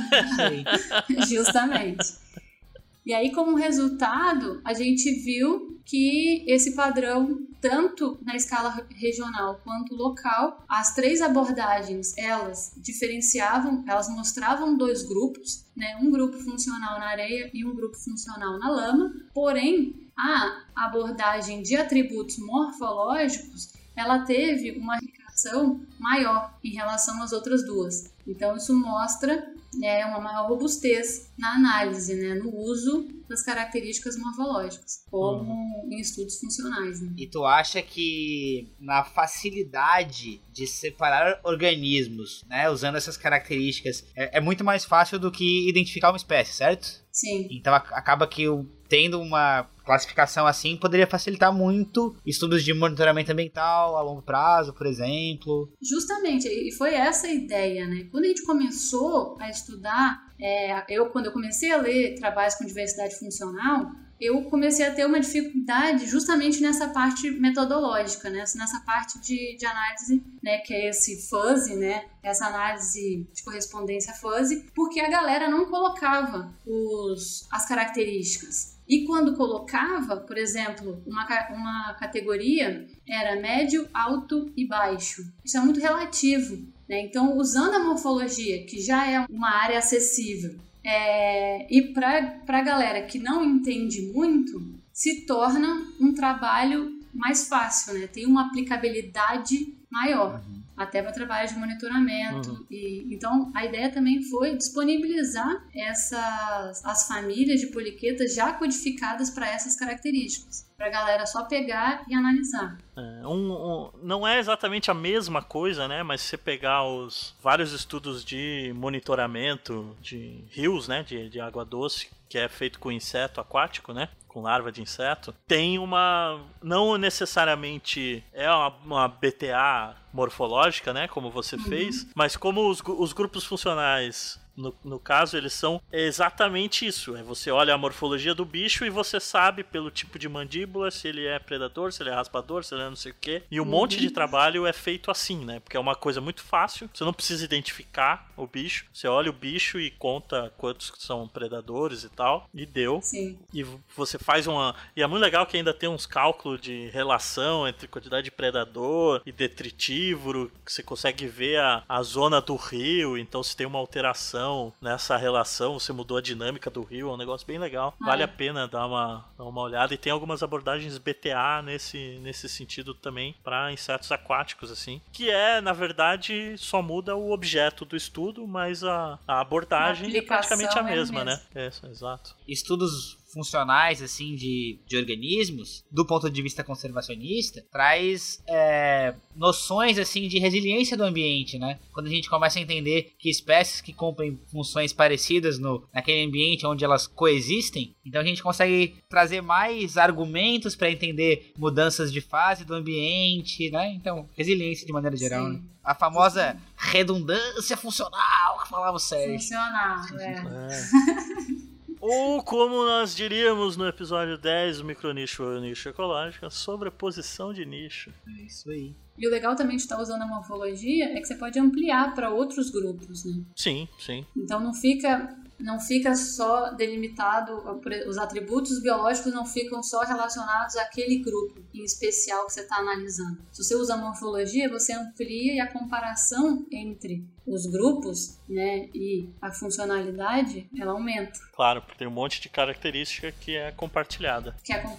Justamente. E aí, como resultado, a gente viu que esse padrão, tanto na escala regional quanto local, as três abordagens, elas diferenciavam, elas mostravam dois grupos, né? Um grupo funcional na areia e um grupo funcional na lama, porém, a abordagem de atributos morfológicos, ela teve uma maior em relação às outras duas. Então isso mostra, né, uma maior robustez na análise, né, no uso das características morfológicas como em estudos funcionais, né? E tu acha que na facilidade de separar organismos, né, usando essas características, é muito mais fácil do que identificar uma espécie, certo? Sim. Então acaba que tendo uma classificação assim poderia facilitar muito estudos de monitoramento ambiental a longo prazo, por exemplo. Justamente, e foi essa a ideia, né? Quando a gente começou a estudar, quando eu comecei a ler trabalhos com diversidade funcional, eu comecei a ter uma dificuldade justamente nessa parte metodológica, né? Nessa parte de análise, né? Que é esse fuzzy, né? Essa análise de correspondência fuzzy, porque a galera não colocava as características. E quando colocava, por exemplo, uma categoria era médio, alto e baixo. Isso é muito relativo, né? Então, usando a morfologia, que já é uma área acessível, e para a galera que não entende muito, se torna um trabalho mais fácil, né? Tem uma aplicabilidade maior, até para trabalho de monitoramento. Então, a ideia também foi disponibilizar as famílias de poliquetas já codificadas para essas características, para a galera só pegar e analisar. Não é exatamente a mesma coisa, né? Mas se você pegar os vários estudos de monitoramento de rios, né? De água doce, que é feito com inseto aquático, né? Com larva de inseto, tem não necessariamente uma BTA morfológica, né? Como você fez, mas como os grupos funcionais, no caso, eles são exatamente isso. Você olha a morfologia do bicho e você sabe pelo tipo de mandíbula se ele é predador, se ele é raspador, se ele é não sei o quê. E um monte de trabalho é feito assim, né? Porque é uma coisa muito fácil. Você não precisa identificar o bicho. Você olha o bicho e conta quantos são predadores e tal. E deu. Sim. E você faz E é muito legal que ainda tem uns cálculos de relação entre quantidade de predador e detritívoro, que você consegue ver a zona do rio. Então, se tem uma alteração nessa relação, você mudou a dinâmica do rio, é um negócio bem legal. Vale a pena dar uma olhada. E tem algumas abordagens BTA nesse sentido também para insetos aquáticos, assim, que na verdade, só muda o objeto do estudo, mas a abordagem é praticamente a mesma, né? Exato. Estudos funcionais assim de organismos, do ponto de vista conservacionista, traz noções assim de resiliência do ambiente, né? Quando a gente começa a entender que espécies que cumprem funções parecidas naquele ambiente onde elas coexistem, então a gente consegue trazer mais argumentos para entender mudanças de fase do ambiente, né? Então, resiliência de maneira geral, né? A famosa redundância funcional que falava o Sérgio. Funcional, Ou como nós diríamos no episódio 10 do Micronicho ou Nicho Ecológico, a sobreposição de nicho. É isso aí. E o legal também de estar usando a morfologia é que você pode ampliar para outros grupos, né? Sim. Então não fica só delimitado, os atributos biológicos não ficam só relacionados àquele grupo em especial que você está analisando. Se você usa a morfologia, você amplia e a comparação entre os grupos, né, e a funcionalidade, ela aumenta. Claro, porque tem um monte de característica que é compartilhada.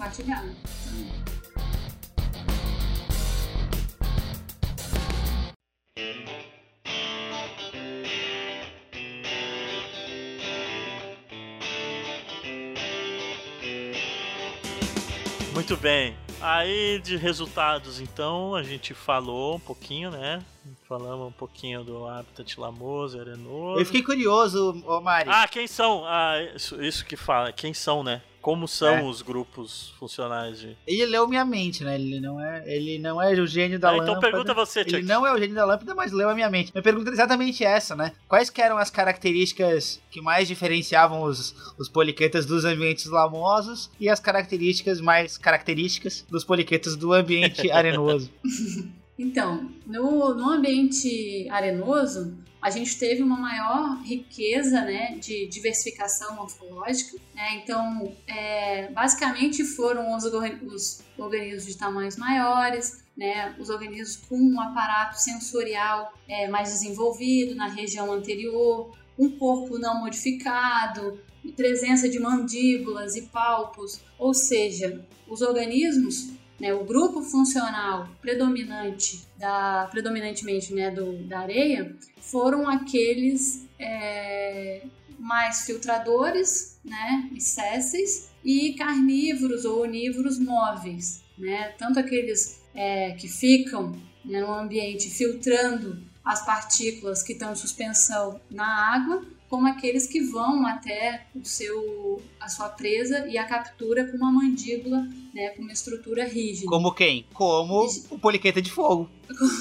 Muito bem. Aí de resultados, então, a gente falou um pouquinho, né? Falamos um pouquinho do habitat lamoso e arenoso. Eu fiquei curioso, Mari. Quem são? Isso que fala. Quem são, né? Como são os grupos funcionais de... Ele leu minha mente, né? Ele não é o gênio da lâmpada. Então pergunta você, Chuck. Ele não é o gênio da lâmpada, mas leu a minha mente. Minha pergunta é exatamente essa, né? Quais que eram as características que mais diferenciavam os poliquetas dos ambientes lamosos e as características mais características dos poliquetas do ambiente arenoso? Então, no ambiente arenoso, a gente teve uma maior riqueza, né, de diversificação morfológica, né? Então, basicamente foram os organismos de tamanhos maiores, né, os organismos com um aparato sensorial mais desenvolvido na região anterior, um corpo não modificado, presença de mandíbulas e palpos, ou seja, os organismos, né, o grupo funcional predominantemente, né, da areia, foram aqueles mais filtradores, né, e sésseis, e carnívoros ou onívoros móveis, né, tanto aqueles que ficam, né, no ambiente filtrando as partículas que estão em suspensão na água, como aqueles que vão até a sua presa e a captura com uma mandíbula, né, com uma estrutura rígida. Como quem? Como o poliqueta de fogo.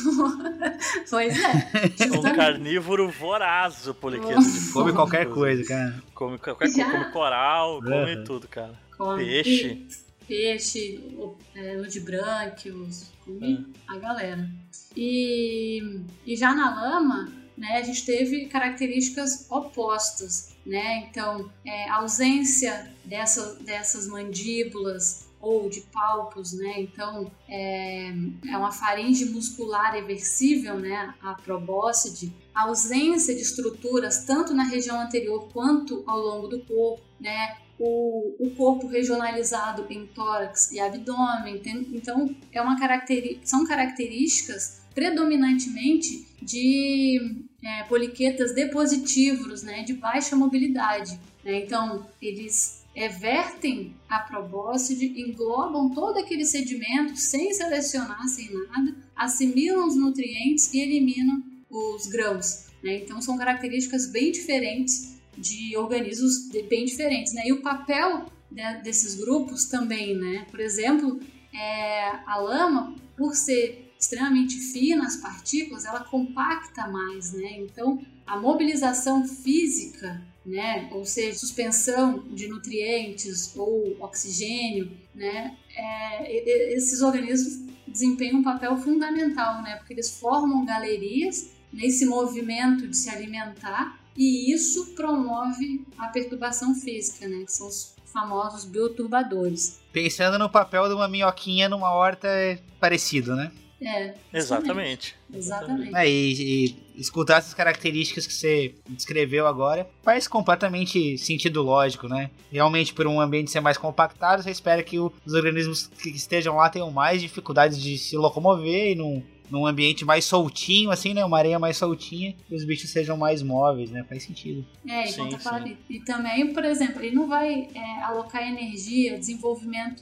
Pois é. Um carnívoro voraz, o poliqueta de fogo. Come qualquer coisa, cara. Come qualquer coisa, come coral, come tudo, cara. Come Peixe. Peixe, nudibranquios, come a galera. E já na lama, né, a gente teve características opostas, né? Então, a ausência dessas mandíbulas ou de palpos, né? Então, é uma faringe muscular reversível, né? A probóscide, a ausência de estruturas tanto na região anterior quanto ao longo do corpo, né? O corpo regionalizado em tórax e abdômen. Então, são características predominantemente de poliquetas depositívoros, né, de baixa mobilidade, né? Então, eles vertem a probóscide, englobam todo aquele sedimento sem selecionar, sem nada, assimilam os nutrientes e eliminam os grãos, né? Então, são características bem diferentes de organismos bem diferentes, né? E o papel desses grupos também, né? Por exemplo, a lama, por ser extremamente fina as partículas, ela compacta mais, né? Então, a mobilização física, né? Ou seja, suspensão de nutrientes ou oxigênio, né? Esses organismos desempenham um papel fundamental, né? Porque eles formam galerias nesse movimento de se alimentar e isso promove a perturbação física, né? Que são os famosos bioturbadores. Pensando no papel de uma minhoquinha numa horta é parecido, né? Exatamente. E escutar essas características que você descreveu agora faz completamente sentido lógico, né? Realmente, por um ambiente ser mais compactado, você espera que os organismos que estejam lá tenham mais dificuldades de se locomover e num ambiente mais soltinho, assim, né? Uma areia mais soltinha, e os bichos sejam mais móveis, né? Faz sentido. E também, por exemplo, ele não vai alocar energia, desenvolvendo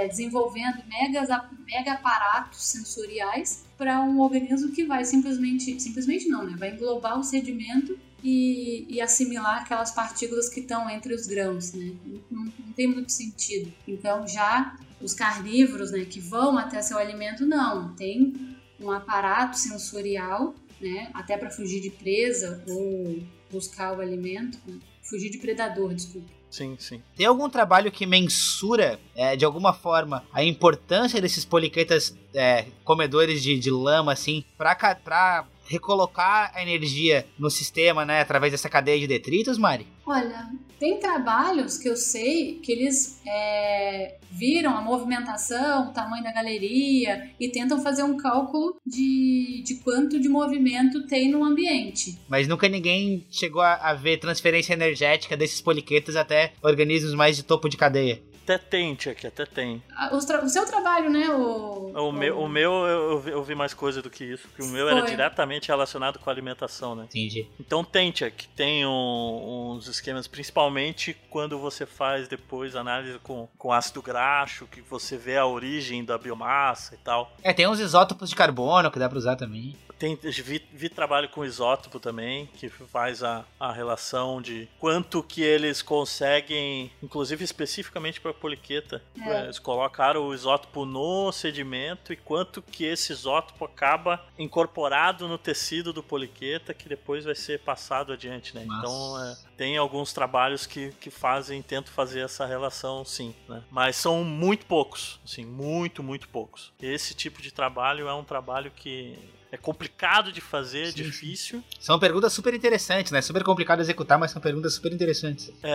mega aparatos sensoriais para um organismo que vai simplesmente não, né? Vai englobar o sedimento e assimilar aquelas partículas que estão entre os grãos, né? Não tem muito sentido. Então, já os carnívoros, né, que vão até seu alimento, não. Tem um aparato sensorial, né, até para fugir de presa ou buscar o alimento, né? Fugir de predador, desculpa. Sim. Tem algum trabalho que mensura, de alguma forma, a importância desses poliquetas comedores de lama, assim, para recolocar a energia no sistema, né, através dessa cadeia de detritos, Mari? Olha, tem trabalhos que eu sei que eles viram a movimentação, o tamanho da galeria e tentam fazer um cálculo de quanto de movimento tem no ambiente. Mas nunca ninguém chegou a ver transferência energética desses poliquetas até organismos mais de topo de cadeia. Até tem, Tchek, até tem. O seu trabalho, né? O meu eu vi mais coisa do que isso, porque o meu era diretamente relacionado com a alimentação, né? Entendi. Então tem, Tchek, tem uns esquemas, principalmente quando você faz depois análise com ácido graxo, que você vê a origem da biomassa e tal. Tem uns isótopos de carbono que dá pra usar também. Vi trabalho com isótopo também, que faz a relação de quanto que eles conseguem, inclusive especificamente para poliqueta. Eles colocaram o isótopo no sedimento e quanto que esse isótopo acaba incorporado no tecido do poliqueta, que depois vai ser passado adiante, né? Nossa. Então, tem alguns trabalhos que tentam fazer essa relação, sim, né? Mas são muito poucos, assim, muito Esse tipo de trabalho é um trabalho que é complicado de fazer, difícil. São perguntas super interessantes, né? Super complicado de executar, mas são perguntas super interessantes.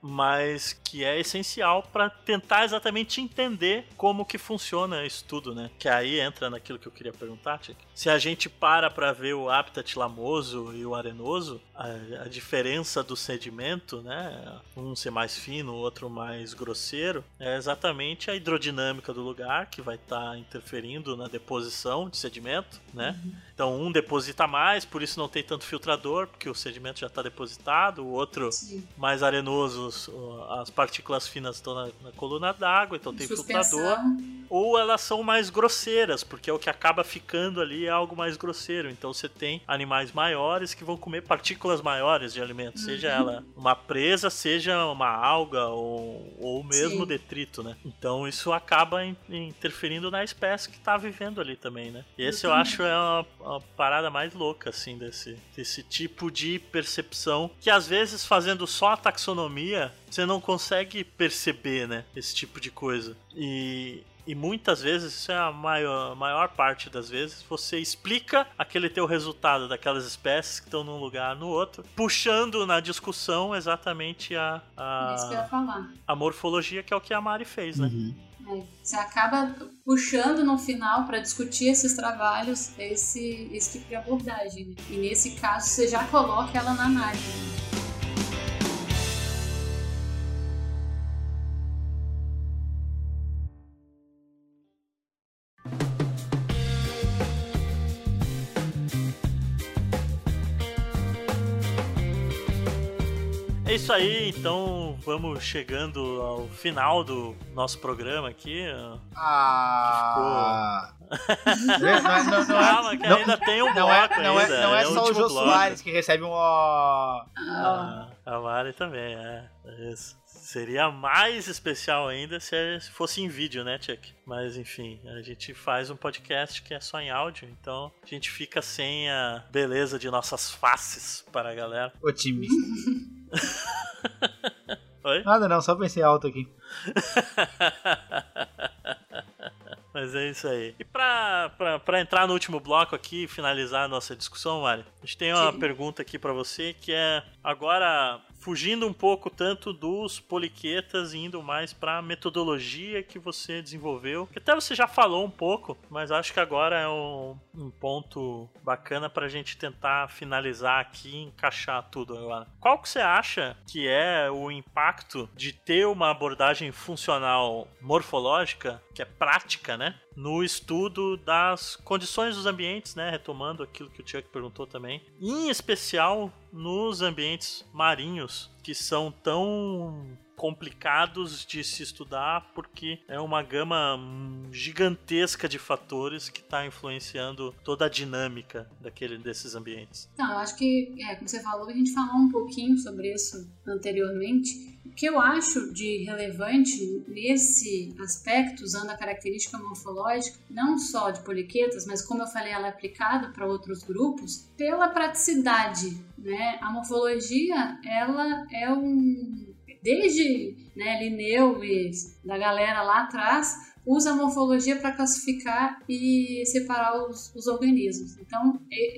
mas que é essencial para tentar exatamente entender como que funciona isso tudo, né? Que aí entra naquilo que eu queria perguntar, Tchek. Se a gente para ver o hábitat lamoso e o arenoso, a diferença do sedimento, né? Um ser mais fino, o outro mais grosseiro, é exatamente a hidrodinâmica do lugar que vai estar interferindo na deposição de sedimento, né? Então um deposita mais, por isso não tem tanto filtrador, porque o sedimento já está depositado, o outro mais arenoso, as partículas finas estão na coluna d'água, então tem filtrador. Ou elas são mais grosseiras, porque é o que acaba ficando ali é algo mais grosseiro. Então você tem animais maiores que vão comer partículas maiores de alimento, seja ela uma presa, seja uma alga ou mesmo detrito, né? Então isso acaba interferindo na espécie que está vivendo ali também, né? E esse eu acho é uma parada mais louca, assim, desse tipo de percepção, que às vezes fazendo só a taxonomia, você não consegue perceber, né? Esse tipo de coisa. E muitas vezes, isso é a maior parte das vezes, você explica aquele teu resultado daquelas espécies que estão num lugar no outro, puxando na discussão exatamente isso que eu ia falar. A morfologia, que é o que a Mari fez, né? Você acaba puxando no final para discutir esses trabalhos, esse tipo de abordagem, né? E nesse caso você já coloca ela na análise. É isso aí, então vamos chegando ao final do nosso programa aqui. Calma, que ainda tem um bloco ainda. Não é só o Jô Soares que recebe um a Mari também, isso. Seria mais especial ainda se fosse em vídeo, né, Chuck? Mas enfim, a gente faz um podcast que é só em áudio, então a gente fica sem a beleza de nossas faces para a galera. Otimista. Oi? Nada não, só pensei alto aqui. Mas é isso aí. E pra entrar no último bloco aqui e finalizar a nossa discussão, Mari, a gente tem uma pergunta aqui pra você, que é agora fugindo um pouco tanto dos poliquetas e indo mais pra metodologia que você desenvolveu, que até você já falou um pouco, mas acho que agora é um ponto bacana pra gente tentar finalizar aqui e encaixar tudo agora. Qual que você acha que é o impacto de ter uma abordagem funcional morfológica, que é prática, né? No estudo das condições dos ambientes, né? Retomando aquilo que o Chuck perguntou também. Em especial nos ambientes marinhos, que são tão complicados de se estudar porque é uma gama gigantesca de fatores que está influenciando toda a dinâmica desses ambientes. Então, eu acho que, como você falou, a gente falou um pouquinho sobre isso anteriormente. O que eu acho de relevante nesse aspecto, usando a característica morfológica, não só de poliquetas, mas como eu falei, ela é aplicada para outros grupos, pela praticidade, né? A morfologia, ela é desde Linneu e da galera lá atrás, usa a morfologia para classificar e separar os organismos. Então,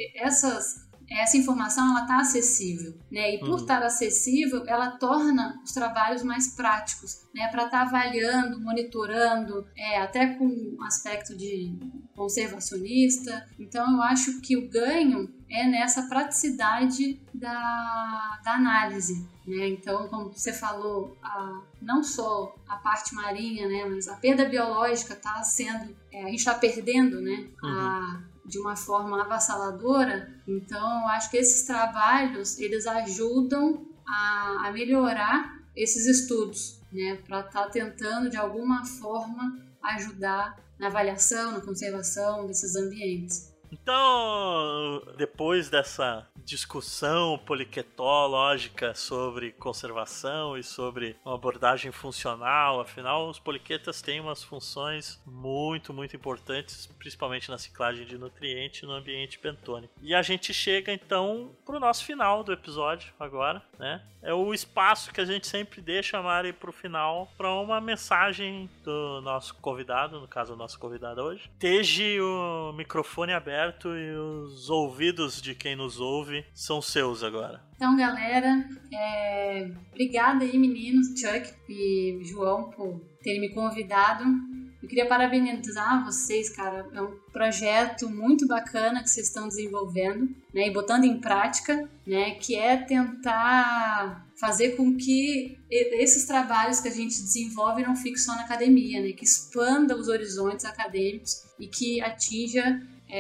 essa informação ela está acessível, né? E por estar acessível, ela torna os trabalhos mais práticos, né? Para estar avaliando, monitorando, até com um aspecto de conservacionista. Então, eu acho que o ganho é nessa praticidade da análise, né? Então, como você falou, não só a parte marinha, né? Mas a perda biológica está sendo, a gente está perdendo, né? De uma forma avassaladora. Então, eu acho que esses trabalhos, eles ajudam a melhorar esses estudos, né? Para estar tentando, de alguma forma, ajudar na avaliação, na conservação desses ambientes. Então, depois dessa discussão poliquetológica sobre conservação e sobre uma abordagem funcional, afinal, os poliquetas têm umas funções muito, muito importantes, principalmente na ciclagem de nutrientes no ambiente bentônico. E a gente chega, então, para o nosso final do episódio agora, né? É o espaço que a gente sempre deixa, Mari, para o final, para uma mensagem do nosso convidado, no caso, o nosso convidado hoje. Esteja o microfone aberto aberto e os ouvidos de quem nos ouve são seus agora. Então, galera, obrigada aí, meninos, Chuck e João, por terem me convidado. Eu queria parabenizar vocês, cara. É um projeto muito bacana que vocês estão desenvolvendo, né, e botando em prática, né, que é tentar fazer com que esses trabalhos que a gente desenvolve não fiquem só na academia, né, que expanda os horizontes acadêmicos e que atinja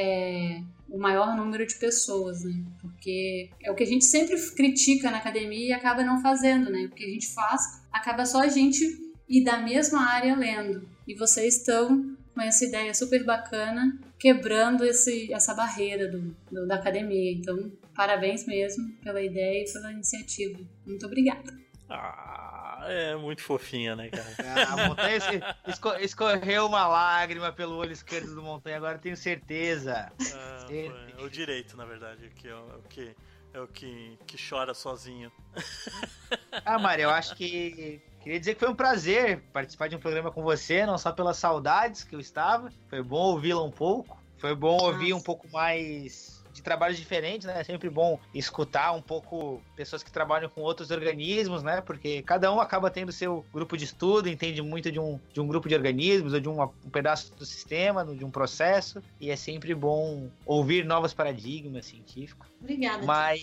o maior número de pessoas, né, porque é o que a gente sempre critica na academia e acaba não fazendo, né, o que a gente faz acaba só a gente ir da mesma área lendo. E vocês estão com essa ideia super bacana, quebrando essa barreira da academia. Então, parabéns mesmo pela ideia e pela iniciativa. Muito obrigada. É muito fofinha, né, cara? A Montanha escorreu uma lágrima pelo olho esquerdo do Montanha, agora eu tenho certeza. É o direito, na verdade, que é o que chora sozinho. Mari, eu acho que... Queria dizer que foi um prazer participar de um programa com você, não só pelas saudades que eu estava. Foi bom ouvi-la um pouco. Foi bom ouvir um pouco mais de trabalhos diferentes, né? É sempre bom escutar um pouco pessoas que trabalham com outros organismos, né? Porque cada um acaba tendo seu grupo de estudo, entende muito de um grupo de organismos ou de um pedaço do sistema, de um processo. E é sempre bom ouvir novos paradigmas científicos. Obrigada.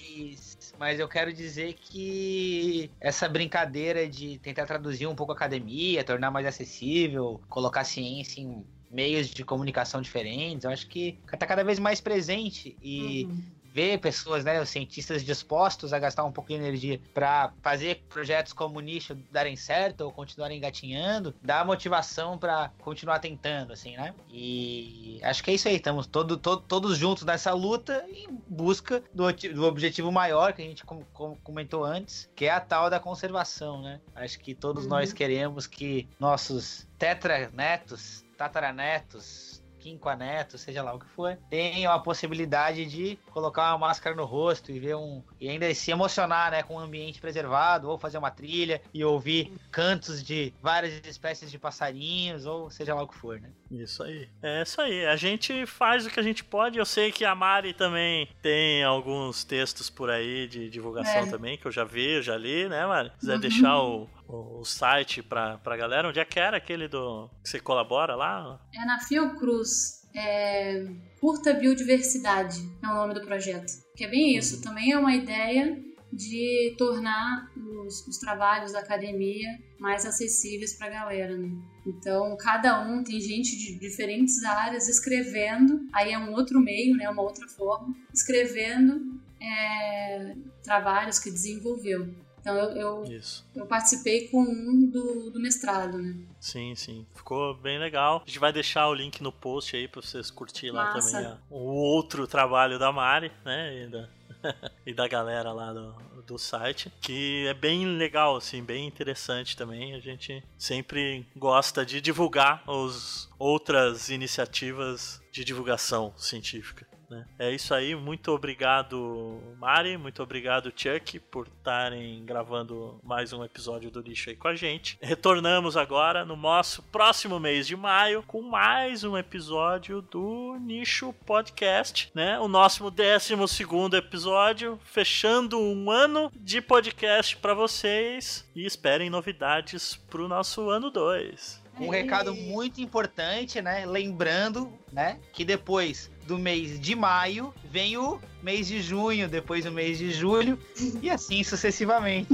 Mas eu quero dizer que essa brincadeira de tentar traduzir um pouco a academia, tornar mais acessível, colocar a ciência em meios de comunicação diferentes, eu acho que está cada vez mais presente e ver pessoas, né, os cientistas dispostos a gastar um pouco de energia para fazer projetos como o nicho darem certo ou continuarem engatinhando, dá motivação para continuar tentando, assim, né? E acho que é isso aí, estamos todos juntos nessa luta em busca do objetivo maior que a gente comentou antes, que é a tal da conservação, né? Acho que todos nós queremos que nossos tetranetos, tataranetos, quinquanetos, seja lá o que for, tenham a possibilidade de colocar uma máscara no rosto e ainda se emocionar, né, com o ambiente preservado, ou fazer uma trilha e ouvir cantos de várias espécies de passarinhos, ou seja lá o que for, né? Isso aí. É isso aí. A gente faz o que a gente pode. Eu sei que a Mari também tem alguns textos por aí de divulgação também, que eu já vi, já li, né, Mari? Se quiser deixar o site pra galera, onde é que era aquele que você colabora lá? É na Fiocruz. Curta Biodiversidade é o nome do projeto. Que é bem isso. Também é uma ideia de tornar os trabalhos da academia mais acessíveis pra galera, né? Então, cada um tem gente de diferentes áreas escrevendo, aí é um outro meio, né, uma outra forma, escrevendo trabalhos que desenvolveu. Então, eu participei com um do mestrado, né? Sim, sim. Ficou bem legal. A gente vai deixar o link no post aí pra vocês curtirem lá também o outro trabalho da Mari, né? E da galera lá do site, que é bem legal, assim, bem interessante também. A gente sempre gosta de divulgar as outras iniciativas de divulgação científica, né? É isso aí, muito obrigado, Mari, muito obrigado, Chuck, por estarem gravando mais um episódio do Lixo aí com a gente. Retornamos agora no nosso próximo mês de maio com mais um episódio do Nicho Podcast, né? O nosso 12º episódio, fechando um ano de podcast para vocês, e esperem novidades pro nosso ano 2. Um recado muito importante, né? Lembrando, né, que depois do mês de maio vem o mês de junho, depois o mês de julho e assim sucessivamente.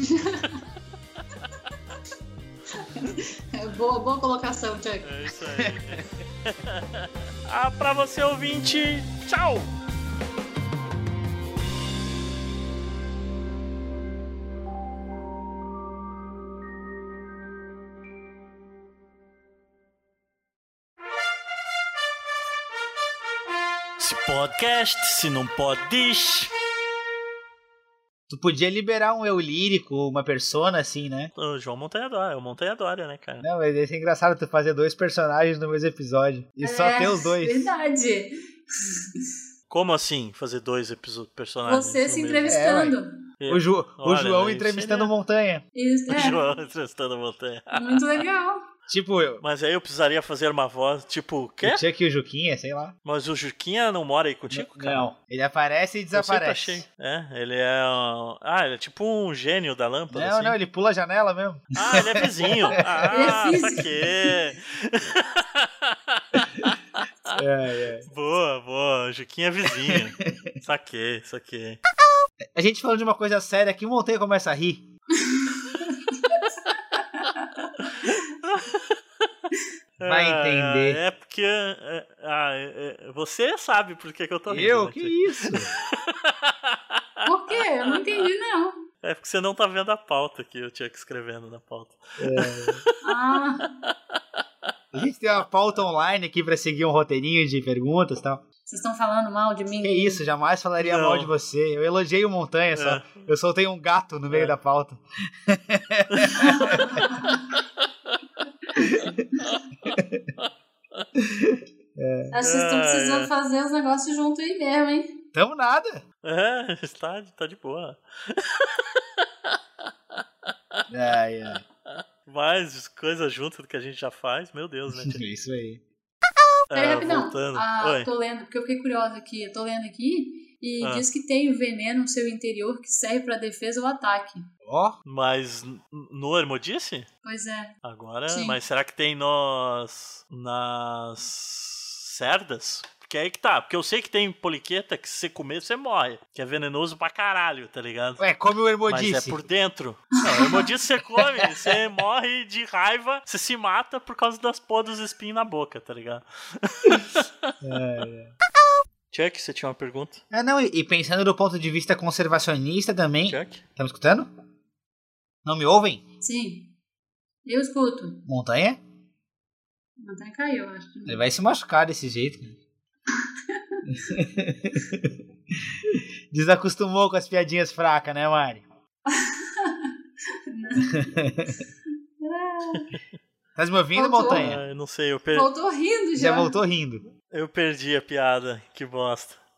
Boa colocação, Chuck. É isso aí. Pra você ouvinte, tchau! Se podcast, se não podes. Tu podia liberar um eu lírico, uma persona assim, né? O João Montanha-Dória, é o Montanha-Dória, né, cara? Não, mas ia ser engraçado tu fazer 2 personagens no mesmo episódio. E só ter os 2. Verdade. Como assim, fazer 2 personagens? Você se entrevistando. O João entrevistando Montanha. Isso, O João entrevistando Montanha. Muito legal. Tipo eu. Mas aí eu precisaria fazer uma voz, tipo, o quê? O Chuck e o Juquinha, sei lá. Mas o Juquinha não mora aí contigo, cara? Não, ele aparece e Eu sempre desaparece. achei. Ele é ele é tipo um gênio da lâmpada, Não, assim. não, ele pula a janela mesmo. Ah, ele é vizinho. Ah, Ele é físico. saquei. Boa. Juquinha é vizinho. Saquei. A gente falando de uma coisa séria aqui, o Montanha começa a rir. Vai entender. É porque... você sabe por que eu tô rindo. Eu? Né, Que tia? isso? Por quê? Eu não entendi, não. É porque você não tá vendo a pauta que eu tinha que escrevendo na pauta. Ah, A gente tem uma pauta online aqui pra seguir um roteirinho de perguntas e tal. vocês estão falando mal de mim? Que isso, jamais falaria Não. mal de você. Eu elogiei o Montanha só. Eu soltei um gato no meio da pauta. Acho que vocês estão precisando fazer os negócios junto aí mesmo, hein? Tamo nada. Tá de boa. Ai. Mais coisa junto do que a gente já faz, meu Deus, né, tia? Isso aí. Peraí, rapidão. Voltando. Eu tô lendo, porque eu fiquei curiosa aqui. Eu tô lendo aqui e diz que tem o veneno no seu interior que serve pra defesa ou ataque. Ó. Mas no Hermodice? Pois é. Agora, Sim. mas será que tem nas cerdas? Porque aí que tá, porque eu sei que tem poliqueta que se você comer, você morre. Que é venenoso pra caralho, tá ligado? Ué, come o Mas Hermodice. é por dentro. Não, o Hermodice você come, você morre de raiva, você se mata por causa das porra dos espinhos na boca, tá ligado? Chuck, você tinha uma pergunta? Não, e pensando do ponto de vista conservacionista também. Chuck? Tá me escutando? Não me ouvem? Sim. Eu escuto. Montanha? Até caiu, eu acho. Ele vai se machucar desse jeito. Desacostumou com as piadinhas fracas, né, Mari? Tá me ouvindo, Voltou. Montanha? Eu não sei, Voltou rindo já. Já voltou rindo. eu perdi a piada, que bosta.